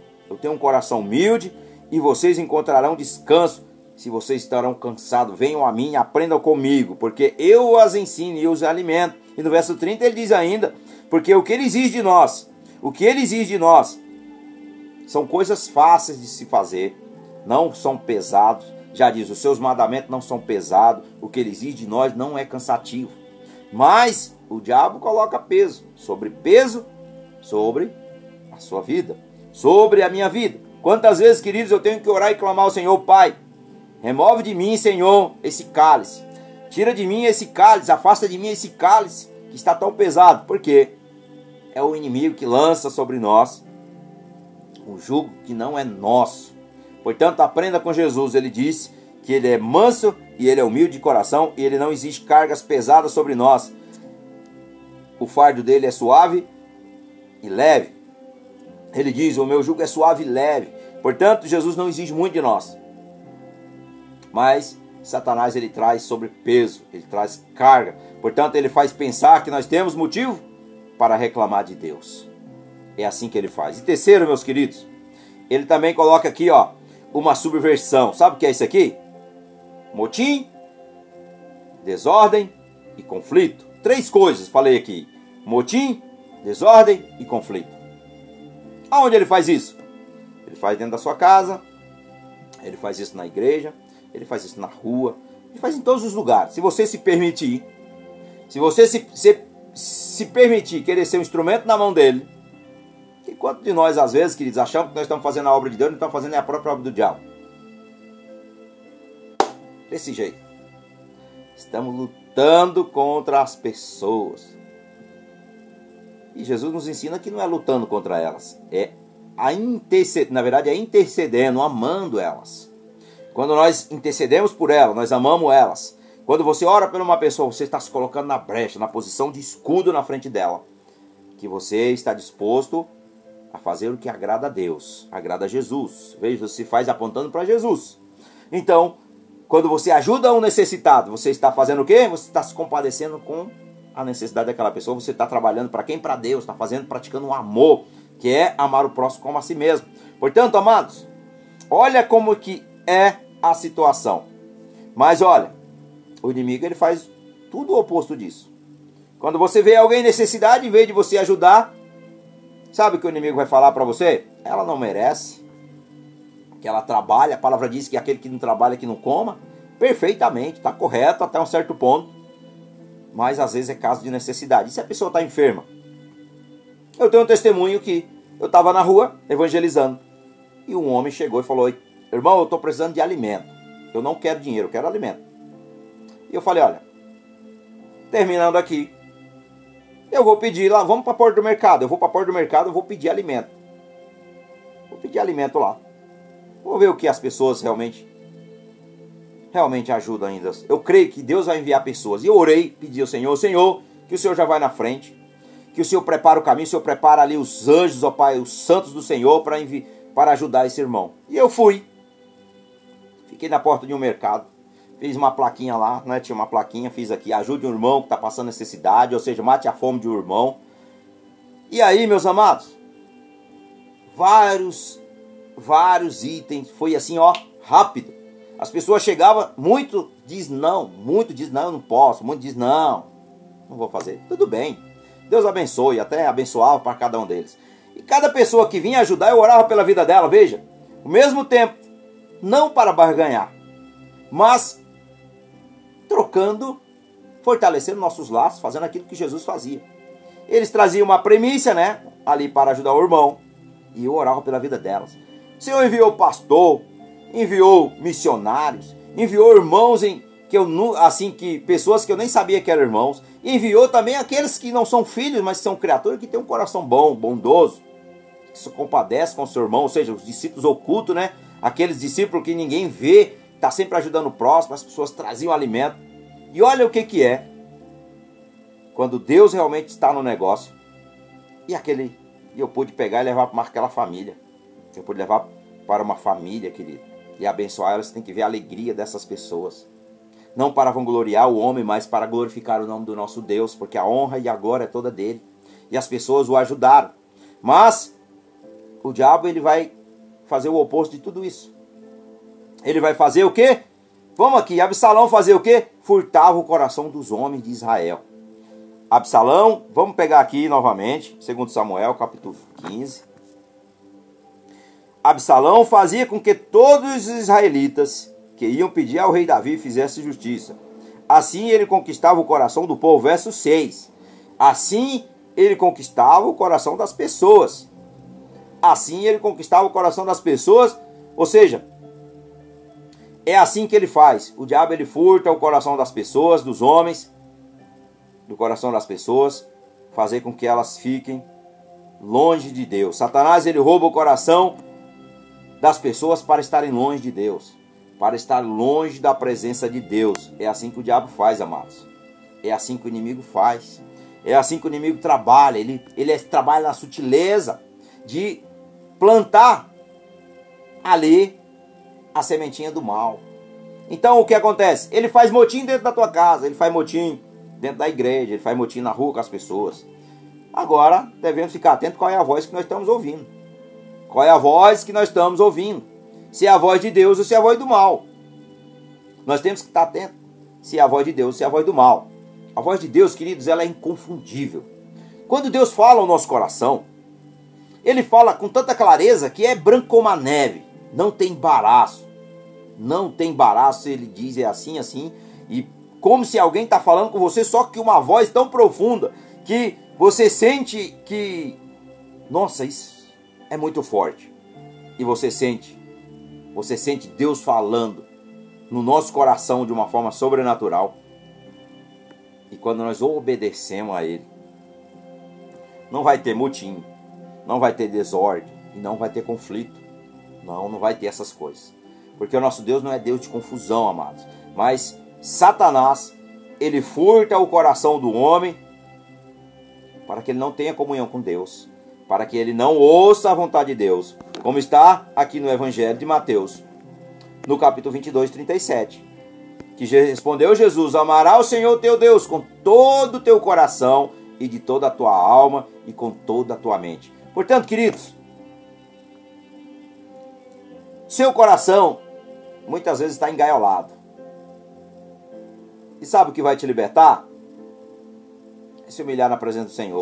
e vocês encontrarão descanso. Se vocês estarão cansados, venham a mim e aprendam comigo, porque eu as ensino e os alimento. E no verso 30 ele diz ainda: porque o que ele exige de nós São coisas fáceis de se fazer, não são pesados. Já diz, os seus mandamentos não são pesados, o que ele exige de nós não é cansativo. Mas o diabo coloca peso sobre a sua vida, sobre a minha vida. Quantas vezes, queridos, eu tenho que orar e clamar ao Senhor: Pai, remove de mim, Senhor, esse cálice. Tira de mim esse cálice, afasta de mim esse cálice que está tão pesado. Por quê? É o inimigo que lança sobre nós um jugo que não é nosso. Portanto, aprenda com Jesus. Ele disse que ele é manso e ele é humilde de coração e ele não exige cargas pesadas sobre nós. O fardo dele é suave e leve. Ele diz: o meu jugo é suave e leve. Portanto, Jesus não exige muito de nós. Mas Satanás, ele traz sobrepeso, ele traz carga. Portanto, ele faz pensar que nós temos motivo para reclamar de Deus. É assim que ele faz. E terceiro, meus queridos, ele também coloca aqui, ó, uma subversão. Sabe o que é isso aqui? Motim, desordem e conflito. 3 coisas falei aqui: motim, desordem e conflito. Aonde ele faz isso? Ele faz dentro da sua casa, ele faz isso na igreja, ele faz isso na rua, ele faz em todos os lugares. Se você se permitir, se você se permitir querer ser um instrumento na mão dele, que quanto de nós, às vezes, queridos, achamos que nós estamos fazendo a obra de Deus, não estamos fazendo a própria obra do diabo. Desse jeito. Estamos lutando contra as pessoas. E Jesus nos ensina que não é lutando contra elas, é intercedendo, amando elas. Quando nós intercedemos por elas, nós amamos elas. Quando você ora por uma pessoa, você está se colocando na brecha, na posição de escudo na frente dela. Que você está disposto a fazer o que agrada a Deus, agrada a Jesus. Veja, você faz apontando para Jesus. Então, quando você ajuda um necessitado, você está fazendo o quê? Você está se compadecendo com a necessidade daquela pessoa. Você está trabalhando para quem? Para Deus. Está praticando um amor, que é amar o próximo como a si mesmo. Portanto, amados, olha como que é a situação. Mas olha, o inimigo, ele faz tudo o oposto disso. Quando você vê alguém em necessidade, em vez de você ajudar, sabe o que o inimigo vai falar para você? Ela não merece, que ela trabalha. A palavra diz que aquele que não trabalha, que não coma. Perfeitamente, está correto até um certo ponto. Mas às vezes é caso de necessidade. E se a pessoa está enferma? Eu tenho um testemunho que eu estava na rua evangelizando. E um homem chegou e falou: irmão, eu estou precisando de alimento. Eu não quero dinheiro, eu quero alimento. E eu falei: olha, terminando aqui, eu vou pedir lá, vamos para a porta do mercado. Eu vou para a porta do mercado, eu vou pedir alimento. Vou pedir alimento lá. Vou ver o que as pessoas realmente ajudam ainda. Eu creio que Deus vai enviar pessoas. E eu orei, pedi ao Senhor: Senhor, que o Senhor já vai na frente, que o Senhor prepara o caminho, o Senhor prepara ali os anjos, ó Pai, os santos do Senhor para ajudar esse irmão. E eu fui. Fiquei na porta de um mercado. Fiz uma plaquinha lá, né? Tinha uma plaquinha, fiz aqui: ajude um irmão que está passando necessidade, ou seja, mate a fome de um irmão. E aí, meus amados, vários itens, foi assim, ó, rápido. As pessoas chegavam, muito diz não, eu não posso, muito diz não vou fazer. Tudo bem, Deus abençoe, até abençoava para cada um deles. E cada pessoa que vinha ajudar, eu orava pela vida dela, veja, ao mesmo tempo, não para barganhar, mas trocando, fortalecendo nossos laços, fazendo aquilo que Jesus fazia. Eles traziam uma premissa, né, ali para ajudar o irmão, e eu orava pela vida delas. O Senhor enviou pastor, enviou missionários, enviou irmãos pessoas que eu nem sabia que eram irmãos, enviou também aqueles que não são filhos, mas são criaturas que têm um coração bom, bondoso, que se compadece com o seu irmão, ou seja, os discípulos ocultos, né? Aqueles discípulos que ninguém vê, está sempre ajudando o próximo. As pessoas traziam alimento. E olha o que é quando Deus realmente está no negócio. E eu pude pegar e levar para aquela família. Eu pude levar para uma família, querido, e abençoar elas. Você tem que ver a alegria dessas pessoas. Não para vangloriar o homem, mas para glorificar o nome do nosso Deus, porque a honra e a glória é toda dele. E as pessoas o ajudaram. Mas o diabo, ele vai fazer o oposto de tudo isso. Ele vai fazer o quê? Vamos aqui, Absalão fazia o quê? Furtava o coração dos homens de Israel. Absalão, vamos pegar aqui novamente, 2 Samuel, capítulo 15. Absalão fazia com que todos os israelitas que iam pedir ao rei Davi fizessem justiça. Assim ele conquistava o coração do povo. Verso 6. Assim ele conquistava o coração das pessoas. Assim ele conquistava o coração das pessoas. Ou seja, é assim que ele faz. O diabo, ele furta o coração das pessoas, dos homens, do coração das pessoas, fazer com que elas fiquem longe de Deus. Satanás, ele rouba o coração das pessoas para estarem longe de Deus, para estar longe da presença de Deus. É assim que o diabo faz, amados. É assim que o inimigo faz. É assim que o inimigo trabalha. Ele trabalha na sutileza de plantar ali a sementinha do mal. Então o que acontece? Ele faz motim dentro da tua casa, ele faz motim dentro da igreja, ele faz motim na rua com as pessoas. Agora devemos ficar atentos qual é a voz que nós estamos ouvindo. Qual é a voz que nós estamos ouvindo? Se é a voz de Deus ou se é a voz do mal. Nós temos que estar atentos se é a voz de Deus ou se é a voz do mal. A voz de Deus, queridos, ela é inconfundível. Quando Deus fala ao nosso coração, ele fala com tanta clareza que é branco como a neve. Não tem embaraço. Não tem embaraço, ele diz, é assim, assim. E como se alguém está falando com você, só que uma voz tão profunda que você sente que, nossa, isso é muito forte. E você sente Deus falando no nosso coração de uma forma sobrenatural. E quando nós obedecemos a Ele, não vai ter motim, não vai ter desordem e não vai ter conflito. Não vai ter essas coisas. Porque o nosso Deus não é Deus de confusão, amados. Mas Satanás, ele furta o coração do homem para que ele não tenha comunhão com Deus, para que ele não ouça a vontade de Deus, como está aqui no Evangelho de Mateus, no capítulo 22, 37. Que respondeu Jesus: amará o Senhor teu Deus com todo o teu coração e de toda a tua alma e com toda a tua mente. Portanto, queridos, seu coração muitas vezes está engaiolado. E sabe o que vai te libertar? É se humilhar na presença do Senhor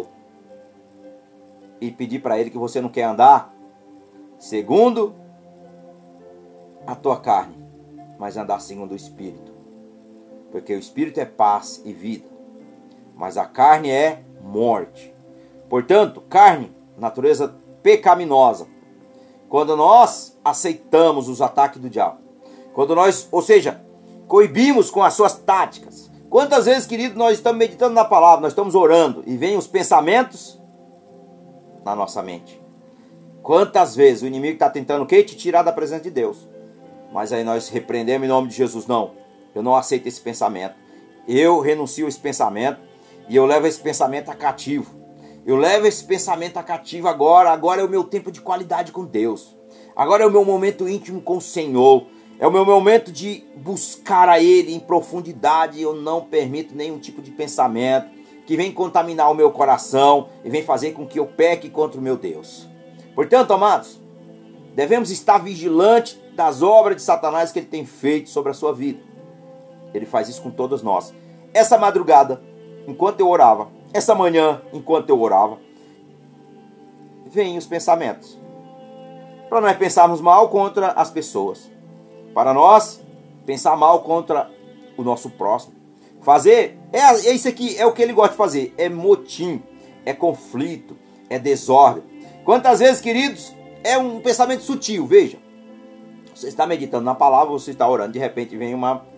e pedir para Ele que você não quer andar segundo a tua carne, mas andar segundo o Espírito. Porque o Espírito é paz e vida, mas a carne é morte. Portanto, carne, natureza pecaminosa. Quando nós aceitamos os ataques do diabo, quando nós, ou seja, coibimos com as suas táticas. Quantas vezes, querido, nós estamos meditando na palavra, nós estamos orando e vêm os pensamentos na nossa mente. Quantas vezes o inimigo está tentando o quê? Te tirar da presença de Deus. Mas aí nós repreendemos em nome de Jesus. Não, eu não aceito esse pensamento. Eu renuncio a esse pensamento e eu levo esse pensamento a cativo. Eu levo esse pensamento a cativo agora. Agora é o meu tempo de qualidade com Deus. Agora é o meu momento íntimo com o Senhor. É o meu momento de buscar a Ele em profundidade. Eu não permito nenhum tipo de pensamento que vem contaminar o meu coração e vem fazer com que eu peque contra o meu Deus. Portanto, amados, devemos estar vigilantes das obras de Satanás que ele tem feito sobre a sua vida. Ele faz isso com todos nós. Essa madrugada, enquanto eu orava, essa manhã, enquanto eu orava, vêm os pensamentos. Para nós pensarmos mal contra as pessoas. Para nós pensar mal contra o nosso próximo. Fazer, é isso aqui, é o que ele gosta de fazer. É motim, é conflito, é desordem. Quantas vezes, queridos, é um pensamento sutil, veja. Você está meditando na palavra, você está orando, de repente vem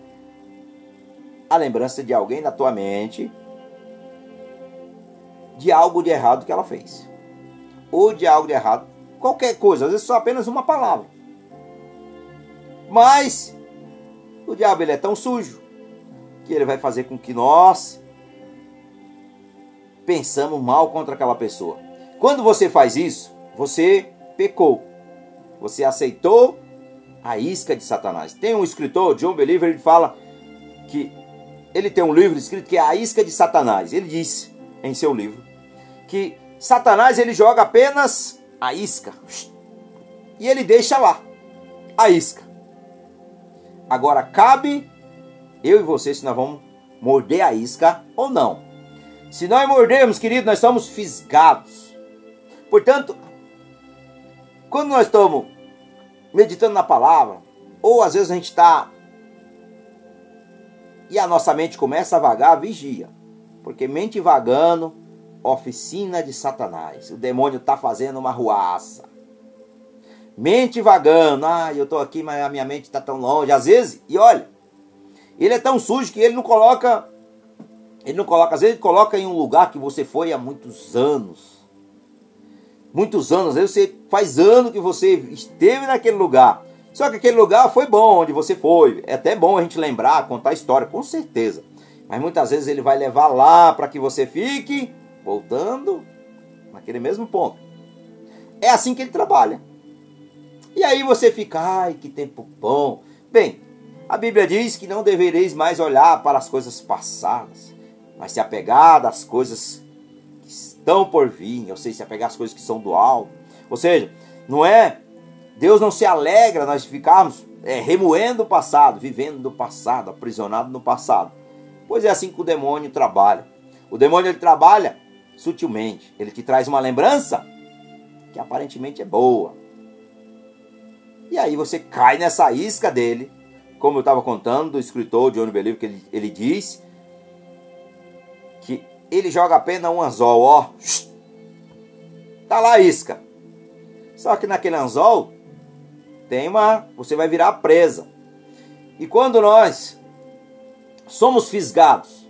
a lembrança de alguém na tua mente, de algo de errado que ela fez. Ou de algo de errado, qualquer coisa, às vezes só apenas uma palavra. Mas o diabo, ele é tão sujo que ele vai fazer com que nós pensamos mal contra aquela pessoa. Quando você faz isso, você pecou. Você aceitou a isca de Satanás. Tem um escritor, John Believer, ele fala que ele tem um livro escrito que é A Isca de Satanás. Ele diz em seu livro que Satanás, ele joga apenas a isca e ele deixa lá a isca. Agora cabe eu e você se nós vamos morder a isca ou não. Se nós mordermos, querido, nós estamos fisgados. Portanto, quando nós estamos meditando na palavra, ou às vezes a gente está e a nossa mente começa a vagar, vigia. Porque mente vagando, oficina de Satanás. O demônio está fazendo uma ruaça. Mente vagando, eu estou aqui, mas a minha mente está tão longe. Às vezes, e olha, ele é tão sujo que ele não coloca, às vezes ele coloca em um lugar que você foi há muitos anos. Muitos anos, às vezes você faz ano que você esteve naquele lugar. Só que aquele lugar foi bom, onde você foi. É até bom a gente lembrar, contar a história, com certeza. Mas muitas vezes ele vai levar lá para que você fique voltando naquele mesmo ponto. É assim que ele trabalha. E aí você fica, ai, que tempo bom. Bem, a Bíblia diz que não devereis mais olhar para as coisas passadas, mas se apegar às coisas que estão por vir, ou seja, se apegar às coisas que são do alto. Ou seja, não é... Deus não se alegra nós ficarmos remoendo o passado, vivendo no passado, aprisionado no passado. Pois é assim que o demônio trabalha. O demônio ele trabalha sutilmente. Ele te traz uma lembrança que aparentemente é boa. E aí você cai nessa isca dele. Como eu estava contando do escritor John Believe, que ele diz que ele joga apenas um anzol, ó. Tá lá a isca. Só que naquele anzol você vai virar presa. E quando nós somos fisgados,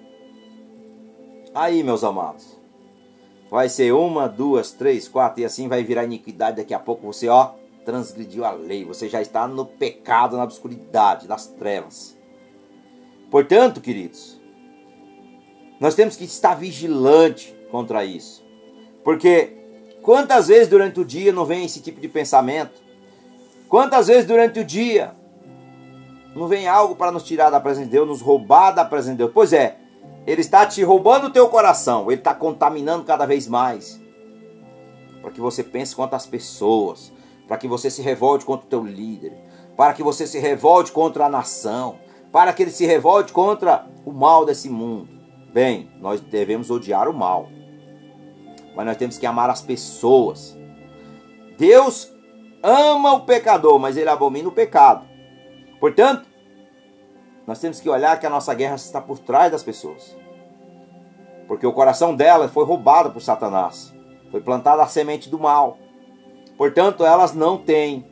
aí, meus amados, vai ser 1, 2, 3, 4 e assim vai virar iniquidade. Daqui a pouco você, transgrediu a lei. Você já está no pecado, na obscuridade, nas trevas. Portanto, queridos, nós temos que estar vigilante contra isso. Porque quantas vezes durante o dia não vem esse tipo de pensamento? Quantas vezes durante o dia não vem algo para nos tirar da presença de Deus, nos roubar da presença de Deus? Pois é, ele está te roubando o teu coração, ele está contaminando cada vez mais. Para que você pense contra as pessoas, para que você se revolte contra o teu líder, para que você se revolte contra a nação, para que ele se revolte contra o mal desse mundo. Bem, nós devemos odiar o mal, mas nós temos que amar as pessoas. Deus ama o pecador, mas ele abomina o pecado. Portanto, nós temos que olhar que a nossa guerra está por trás das pessoas. Porque o coração dela foi roubado por Satanás. Foi plantada a semente do mal. Portanto, elas não têm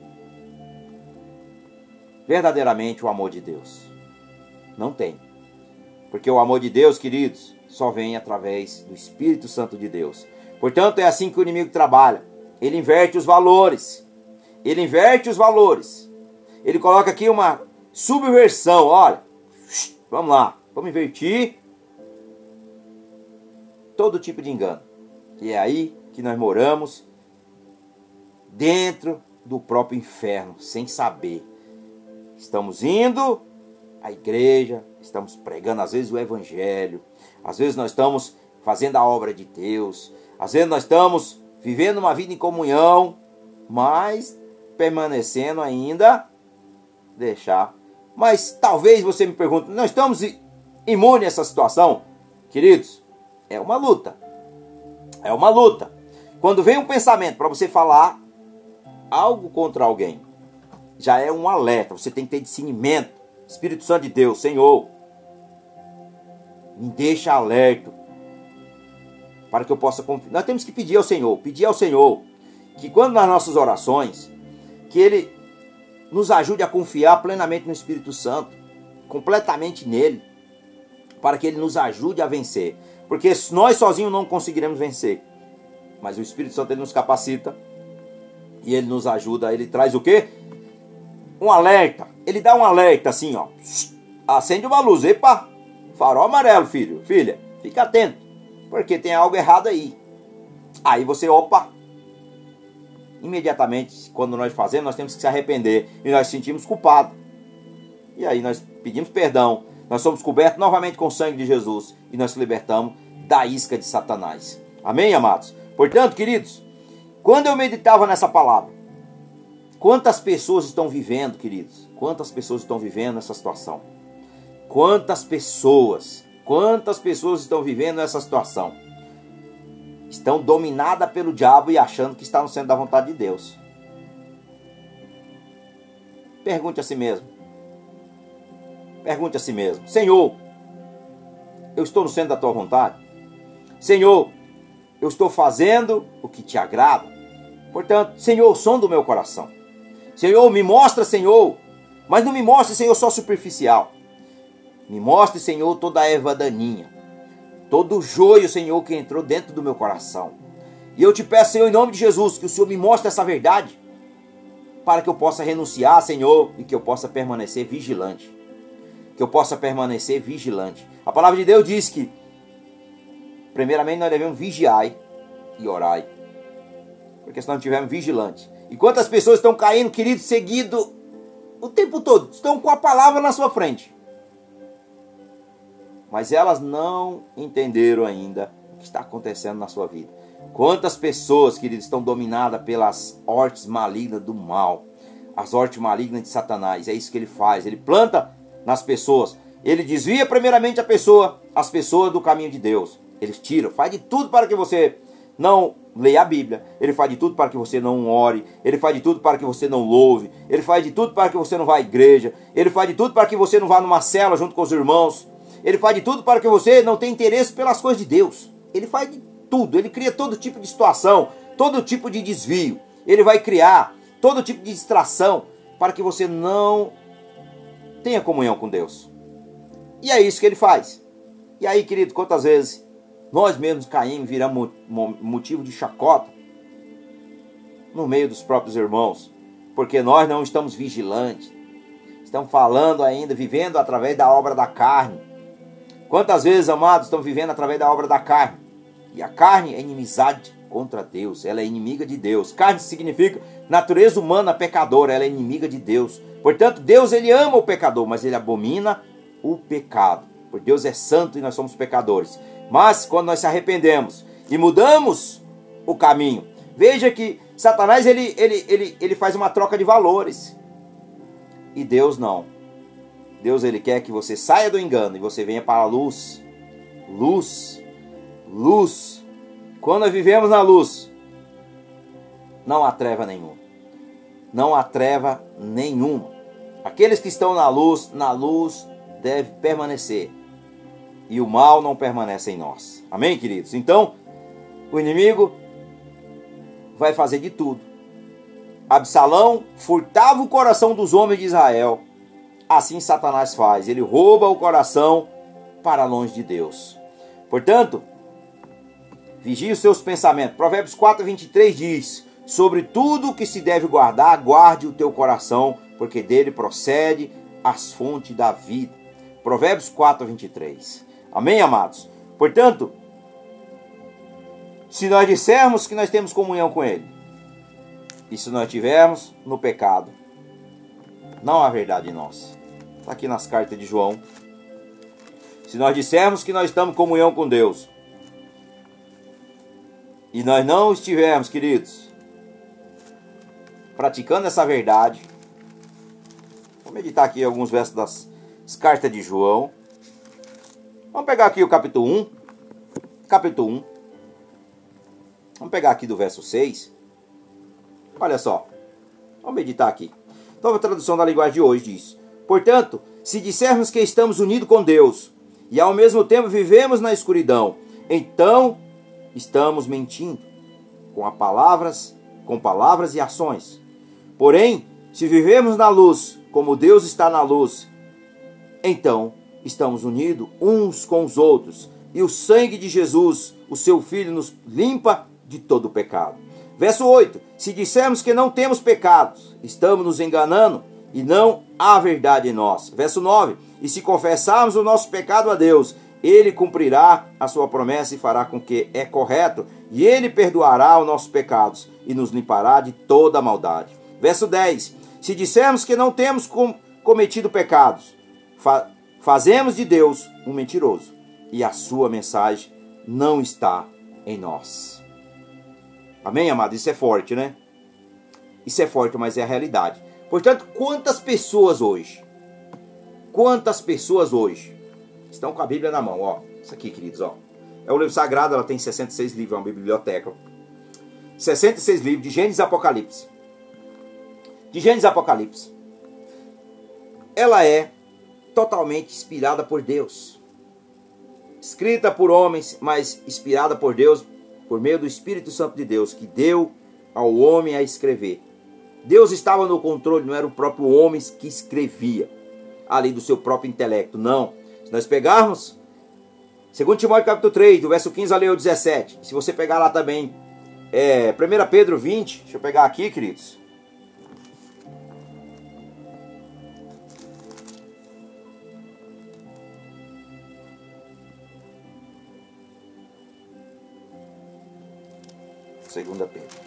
verdadeiramente o amor de Deus. Não tem. Porque o amor de Deus, queridos, só vem através do Espírito Santo de Deus. Portanto, é assim que o inimigo trabalha. Ele inverte os valores. Ele inverte os valores. Ele coloca aqui uma subversão. Olha, vamos lá, vamos invertir todo tipo de engano. E é aí que nós moramos, dentro do próprio inferno, sem saber. Estamos indo à igreja, estamos pregando às vezes o evangelho, às vezes nós estamos fazendo a obra de Deus, às vezes nós estamos vivendo uma vida em comunhão, mas permanecendo ainda deixar. Mas talvez você me pergunte, nós estamos imunes a essa situação? Queridos, é uma luta. É uma luta. Quando vem um pensamento para você falar algo contra alguém, já é um alerta. Você tem que ter discernimento. Espírito Santo de Deus, Senhor, me deixa alerta para que eu possa confiar. Nós temos que pedir ao Senhor que quando nas nossas orações, que Ele nos ajude a confiar plenamente no Espírito Santo, completamente nele, para que Ele nos ajude a vencer. Porque nós sozinhos não conseguiremos vencer. Mas o Espírito Santo ele nos capacita e Ele nos ajuda. Ele traz o quê? Um alerta. Ele dá um alerta assim, ó. Acende uma luz. Epa, farol amarelo, filho, filha. Fica atento, porque tem algo errado aí. Aí você, opa. Imediatamente, quando nós fazemos, nós temos que se arrepender. E nós sentimos culpados. E aí nós pedimos perdão. Nós somos cobertos novamente com o sangue de Jesus. E nós se libertamos da isca de Satanás. Amém, amados? Portanto, queridos, quando eu meditava nessa palavra, quantas pessoas estão vivendo, queridos? Quantas pessoas estão vivendo essa situação? Quantas pessoas estão vivendo essa situação? Estão dominadas pelo diabo e achando que está no centro da vontade de Deus. Pergunte a si mesmo. Pergunte a si mesmo. Senhor, eu estou no centro da tua vontade? Senhor, eu estou fazendo o que te agrada? Portanto, Senhor, o som do meu coração. Senhor, me mostra, Senhor, mas não me mostre, Senhor, só superficial. Me mostre, Senhor, toda a erva daninha, todo o joio, Senhor, que entrou dentro do meu coração. E eu te peço, Senhor, em nome de Jesus, que o Senhor me mostre essa verdade, para que eu possa renunciar, Senhor, e que eu possa permanecer vigilante. Que eu possa permanecer vigilante. A palavra de Deus diz que, primeiramente, nós devemos vigiar e orar. Porque se nós não estivermos vigilantes. E quantas pessoas estão caindo, querido, seguido o tempo todo, estão com a palavra na sua frente, mas elas não entenderam ainda o que está acontecendo na sua vida. Quantas pessoas, queridos, estão dominadas pelas hortes malignas do mal, as hortes malignas de Satanás. É isso que ele faz, ele planta nas pessoas, ele desvia primeiramente as pessoas do caminho de Deus. Eles tiram, faz de tudo para que você não leia a Bíblia, ele faz de tudo para que você não ore, ele faz de tudo para que você não louve, ele faz de tudo para que você não vá à igreja, ele faz de tudo para que você não vá numa cela junto com os irmãos, ele faz de tudo para que você não tenha interesse pelas coisas de Deus. Ele faz de tudo, ele cria todo tipo de situação, todo tipo de desvio, ele vai criar todo tipo de distração para que você não tenha comunhão com Deus. E é isso que ele faz. E aí, querido, quantas vezes nós mesmos caímos, viramos motivo de chacota no meio dos próprios irmãos, porque nós não estamos vigilantes, estamos falando ainda, vivendo através da obra da carne. Quantas vezes, amados, estamos vivendo através da obra da carne? E a carne é inimizade contra Deus, ela é inimiga de Deus. Carne significa natureza humana pecadora, ela é inimiga de Deus. Portanto, Deus, ele ama o pecador, mas ele abomina o pecado. Porque Deus é santo e nós somos pecadores. Mas quando nós se arrependemos e mudamos o caminho, veja que Satanás ele faz uma troca de valores. E Deus não. Deus, ele quer que você saia do engano e você venha para a luz. Luz. Luz. Quando nós vivemos na luz, não há treva nenhuma. Não há treva nenhuma. Aqueles que estão na luz deve permanecer. E o mal não permanece em nós. Amém, queridos? Então, o inimigo vai fazer de tudo. Absalão furtava o coração dos homens de Israel. Assim Satanás faz. Ele rouba o coração para longe de Deus. Portanto, vigie os seus pensamentos. Provérbios 4:23 diz: sobre tudo que se deve guardar, guarde o teu coração, porque dele procede as fontes da vida. Provérbios 4:23. Amém, amados? Portanto, se nós dissermos que nós temos comunhão com Ele, e se nós estivermos no pecado, não há verdade em nós. Está aqui nas cartas de João. Se nós dissermos que nós estamos em comunhão com Deus, e nós não estivermos, queridos, praticando essa verdade, vou meditar aqui alguns versos das cartas de João. Vamos pegar aqui o capítulo 1. Capítulo 1. Vamos pegar aqui do verso 6. Olha só. Vamos meditar aqui. Nova tradução da linguagem de hoje diz: portanto, se dissermos que estamos unidos com Deus e ao mesmo tempo vivemos na escuridão, então estamos mentindo com palavras e ações. Porém, se vivemos na luz, como Deus está na luz, então estamos unidos uns com os outros, e o sangue de Jesus, o seu Filho, nos limpa de todo pecado. Verso 8: se dissermos que não temos pecados, estamos nos enganando e não há verdade em nós. Verso 9: e se confessarmos o nosso pecado a Deus, Ele cumprirá a sua promessa e fará com que é correto, e Ele perdoará os nossos pecados e nos limpará de toda a maldade. Verso 10: se dissermos que não temos cometido pecados, fazemos de Deus um mentiroso, e a sua mensagem não está em nós. Amém, amado? Isso é forte, né? Isso é forte, mas é a realidade. Portanto, quantas pessoas hoje estão com a Bíblia na mão, ó. Isso aqui, queridos, ó. É o livro sagrado, ela tem 66 livros, é uma biblioteca. 66 livros de Gênesis e Apocalipse. De Gênesis e Apocalipse. ela é totalmente inspirada por Deus. Escrita por homens, mas inspirada por Deus, por meio do Espírito Santo de Deus, que deu ao homem a escrever. Deus estava no controle, não era o próprio homem que escrevia, ali do seu próprio intelecto, não. Se nós pegarmos 2 Timóteo capítulo 3, do verso 15 ao 17, se você pegar lá também, 1 Pedro 20, deixa eu pegar aqui, queridos. Segunda Pedro.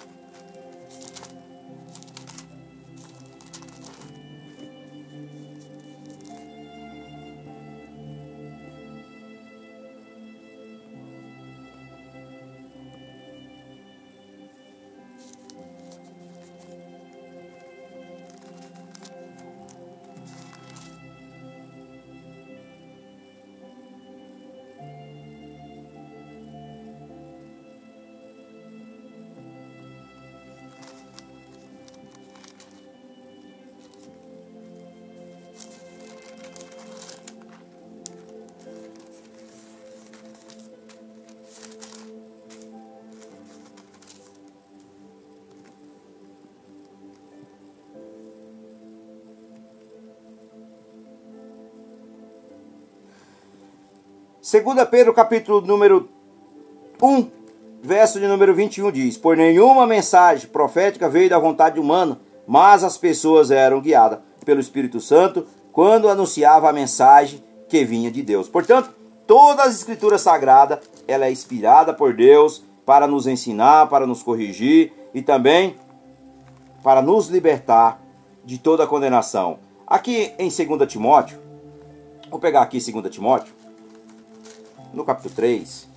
Segunda Pedro, capítulo número 1, verso de número 21 diz: por nenhuma mensagem profética veio da vontade humana, mas as pessoas eram guiadas pelo Espírito Santo quando anunciava a mensagem que vinha de Deus. Portanto, toda a Escritura Sagrada, ela é inspirada por Deus para nos ensinar, para nos corrigir e também para nos libertar de toda a condenação. Aqui em 2 Timóteo, vou pegar aqui 2 Timóteo, no capítulo 3.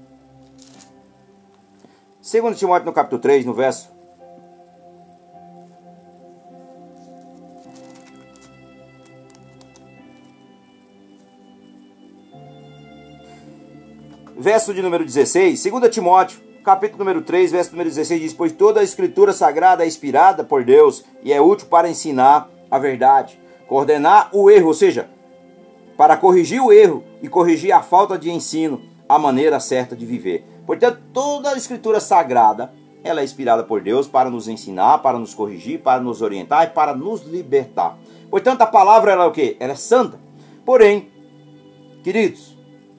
2 Timóteo no capítulo 3, no verso de número 16. 2 Timóteo, capítulo número 3, verso número 16 diz: pois toda a Escritura Sagrada é inspirada por Deus e é útil para ensinar a verdade, coordenar o erro, ou seja, para corrigir o erro e corrigir a falta de ensino, a maneira certa de viver. Portanto, toda a Escritura Sagrada, ela é inspirada por Deus para nos ensinar, para nos corrigir, para nos orientar e para nos libertar. Portanto, a palavra, ela é o quê? Ela é santa. Porém, queridos,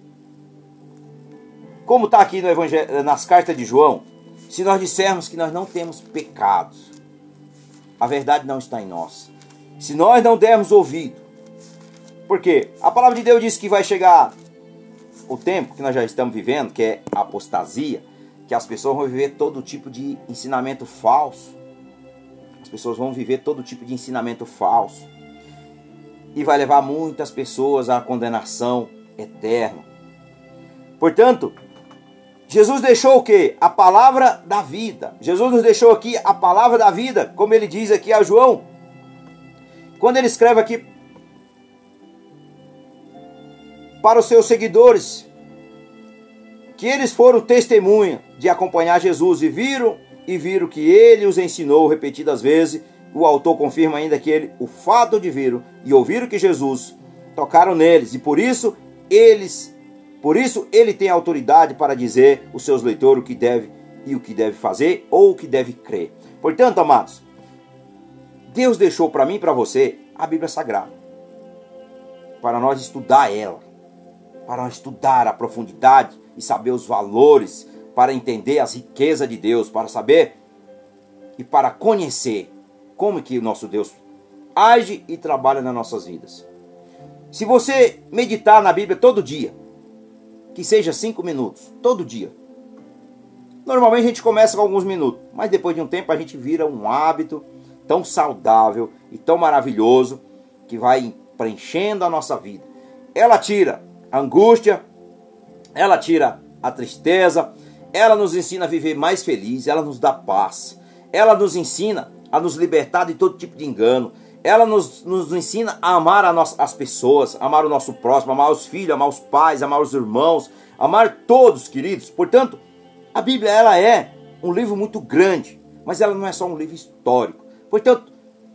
como está aqui no Evangelho, nas cartas de João, se nós dissermos que nós não temos pecados, a verdade não está em nós. Se nós não dermos ouvido, porque a palavra de Deus diz que vai chegar o tempo que nós já estamos vivendo, que é a apostasia, que as pessoas vão viver todo tipo de ensinamento falso. As pessoas vão viver todo tipo de ensinamento falso. E vai levar muitas pessoas à condenação eterna. Portanto, Jesus deixou o quê? A palavra da vida. Jesus nos deixou aqui a palavra da vida, como ele diz aqui a João. Quando ele escreve aqui para os seus seguidores, que eles foram testemunha de acompanhar Jesus e viram que ele os ensinou repetidas vezes. O autor confirma ainda que o fato de viram e ouviram que Jesus tocaram neles, e por isso ele tem autoridade para dizer aos seus leitores o que deve e o que deve fazer ou o que deve crer. Portanto, amados, Deus deixou para mim e para você a Bíblia Sagrada, para nós estudar ela, para nós estudar a profundidade e saber os valores, para entender as riquezas de Deus, para saber e para conhecer como que o nosso Deus age e trabalha nas nossas vidas. Se você meditar na Bíblia todo dia, que seja 5 minutos, todo dia. Normalmente a gente começa com alguns minutos, mas depois de um tempo a gente vira um hábito tão saudável e tão maravilhoso que vai preenchendo a nossa vida. Ela tira a angústia, ela tira a tristeza, ela nos ensina a viver mais feliz, ela nos dá paz, ela nos ensina a nos libertar de todo tipo de engano, ela nos ensina a amar as pessoas, amar o nosso próximo, amar os filhos, amar os pais, amar os irmãos, amar todos, queridos. Portanto, a Bíblia, ela é um livro muito grande, mas ela não é só um livro histórico. Portanto,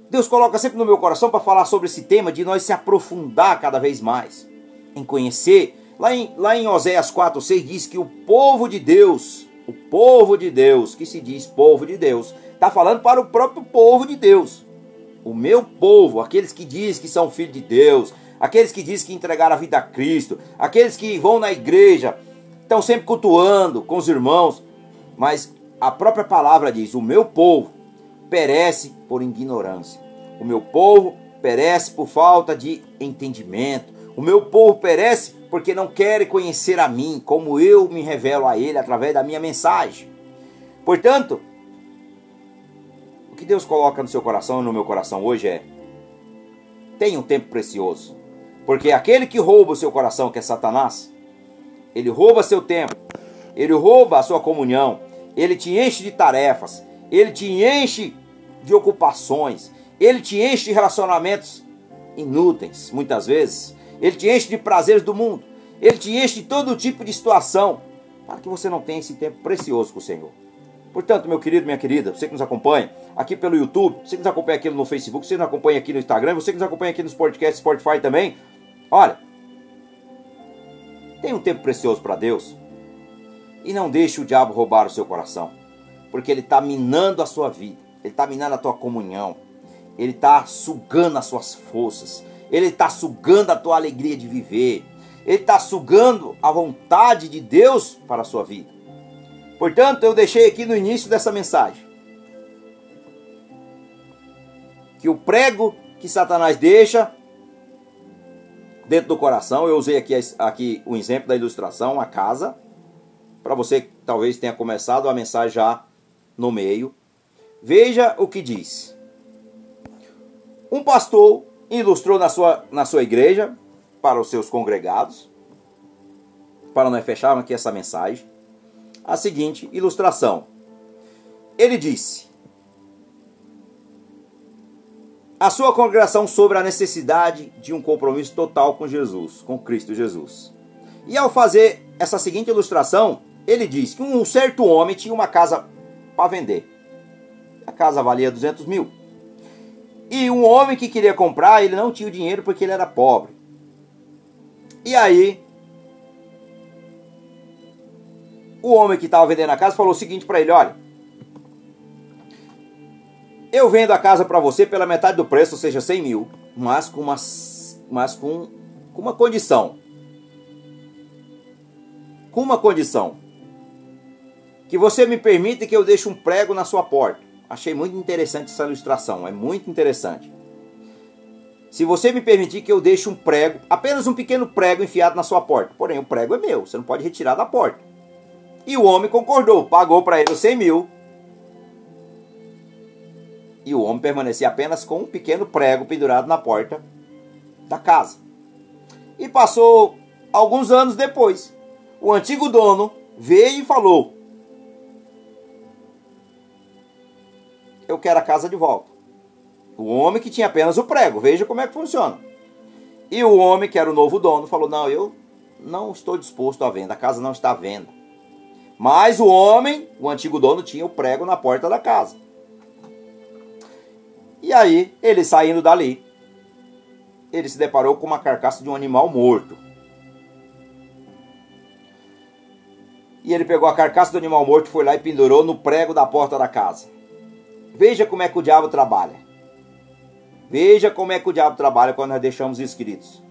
Deus coloca sempre no meu coração para falar sobre esse tema, de nós se aprofundar cada vez mais em conhecer. Lá em Oséias 4:6 diz que o povo de Deus, que se diz povo de Deus, está falando para o próprio povo de Deus. O meu povo, aqueles que dizem que são filhos de Deus, aqueles que dizem que entregaram a vida a Cristo, aqueles que vão na igreja, estão sempre cultuando com os irmãos, mas a própria palavra diz: o meu povo perece por ignorância, o meu povo perece por falta de entendimento, o meu povo perece porque não quer conhecer a mim, como eu me revelo a ele através da minha mensagem. Portanto, o que Deus coloca no seu coração e no meu coração hoje é: tenha um tempo precioso, porque aquele que rouba o seu coração, que é Satanás, ele rouba seu tempo, ele rouba a sua comunhão, ele te enche de tarefas, ele te enche de ocupações, ele te enche de relacionamentos inúteis, muitas vezes, ele te enche de prazeres do mundo, ele te enche de todo tipo de situação, para que você não tenha esse tempo precioso com o Senhor. Portanto, meu querido, minha querida, você que nos acompanha aqui pelo YouTube, você que nos acompanha aqui no Facebook, você que nos acompanha aqui no Instagram, você que nos acompanha aqui nos podcasts Spotify também, olha, tenha um tempo precioso para Deus e não deixe o diabo roubar o seu coração, porque ele está minando a sua vida, ele está minando a tua comunhão, ele está sugando as suas forças, ele está sugando a tua alegria de viver, ele está sugando a vontade de Deus para a sua vida. Portanto, eu deixei aqui no início dessa mensagem que o prego que Satanás deixa dentro do coração, eu usei aqui o exemplo da ilustração, a casa, para você que talvez tenha começado a mensagem já no meio. Veja o que diz. Um pastor ilustrou na sua igreja, para os seus congregados, para nós fecharmos aqui essa mensagem, a seguinte ilustração. Ele disse a sua congregação sobre a necessidade de um compromisso total com Jesus, com Cristo Jesus. E ao fazer essa seguinte ilustração, ele diz que um certo homem tinha uma casa para vender. A casa valia 200 mil. E um homem que queria comprar, ele não tinha o dinheiro porque ele era pobre. E aí, o homem que estava vendendo a casa falou o seguinte para ele: olha, eu vendo a casa para você pela metade do preço, ou seja, 100 mil, mas com uma condição. Com uma condição. Que você me permita que eu deixe um prego na sua porta. Achei muito interessante essa ilustração, é muito interessante. Se você me permitir que eu deixe um prego, apenas um pequeno prego enfiado na sua porta. Porém, o prego é meu, você não pode retirar da porta. E o homem concordou, pagou para ele os 100 mil. E o homem permanecia apenas com um pequeno prego pendurado na porta da casa. E passou alguns anos depois, o antigo dono veio e falou: eu quero a casa de volta. O homem que tinha apenas o prego, veja como é que funciona. E o homem que era o novo dono falou: não, eu não estou disposto à venda, a casa não está à venda. Mas o homem, o antigo dono, tinha o prego na porta da casa. E aí, ele saindo dali, ele se deparou com uma carcaça de um animal morto. E ele pegou a carcaça do animal morto, foi lá e pendurou no prego da porta da casa. Veja como é que o diabo trabalha. Veja como é que o diabo trabalha quando nós deixamos inscritos.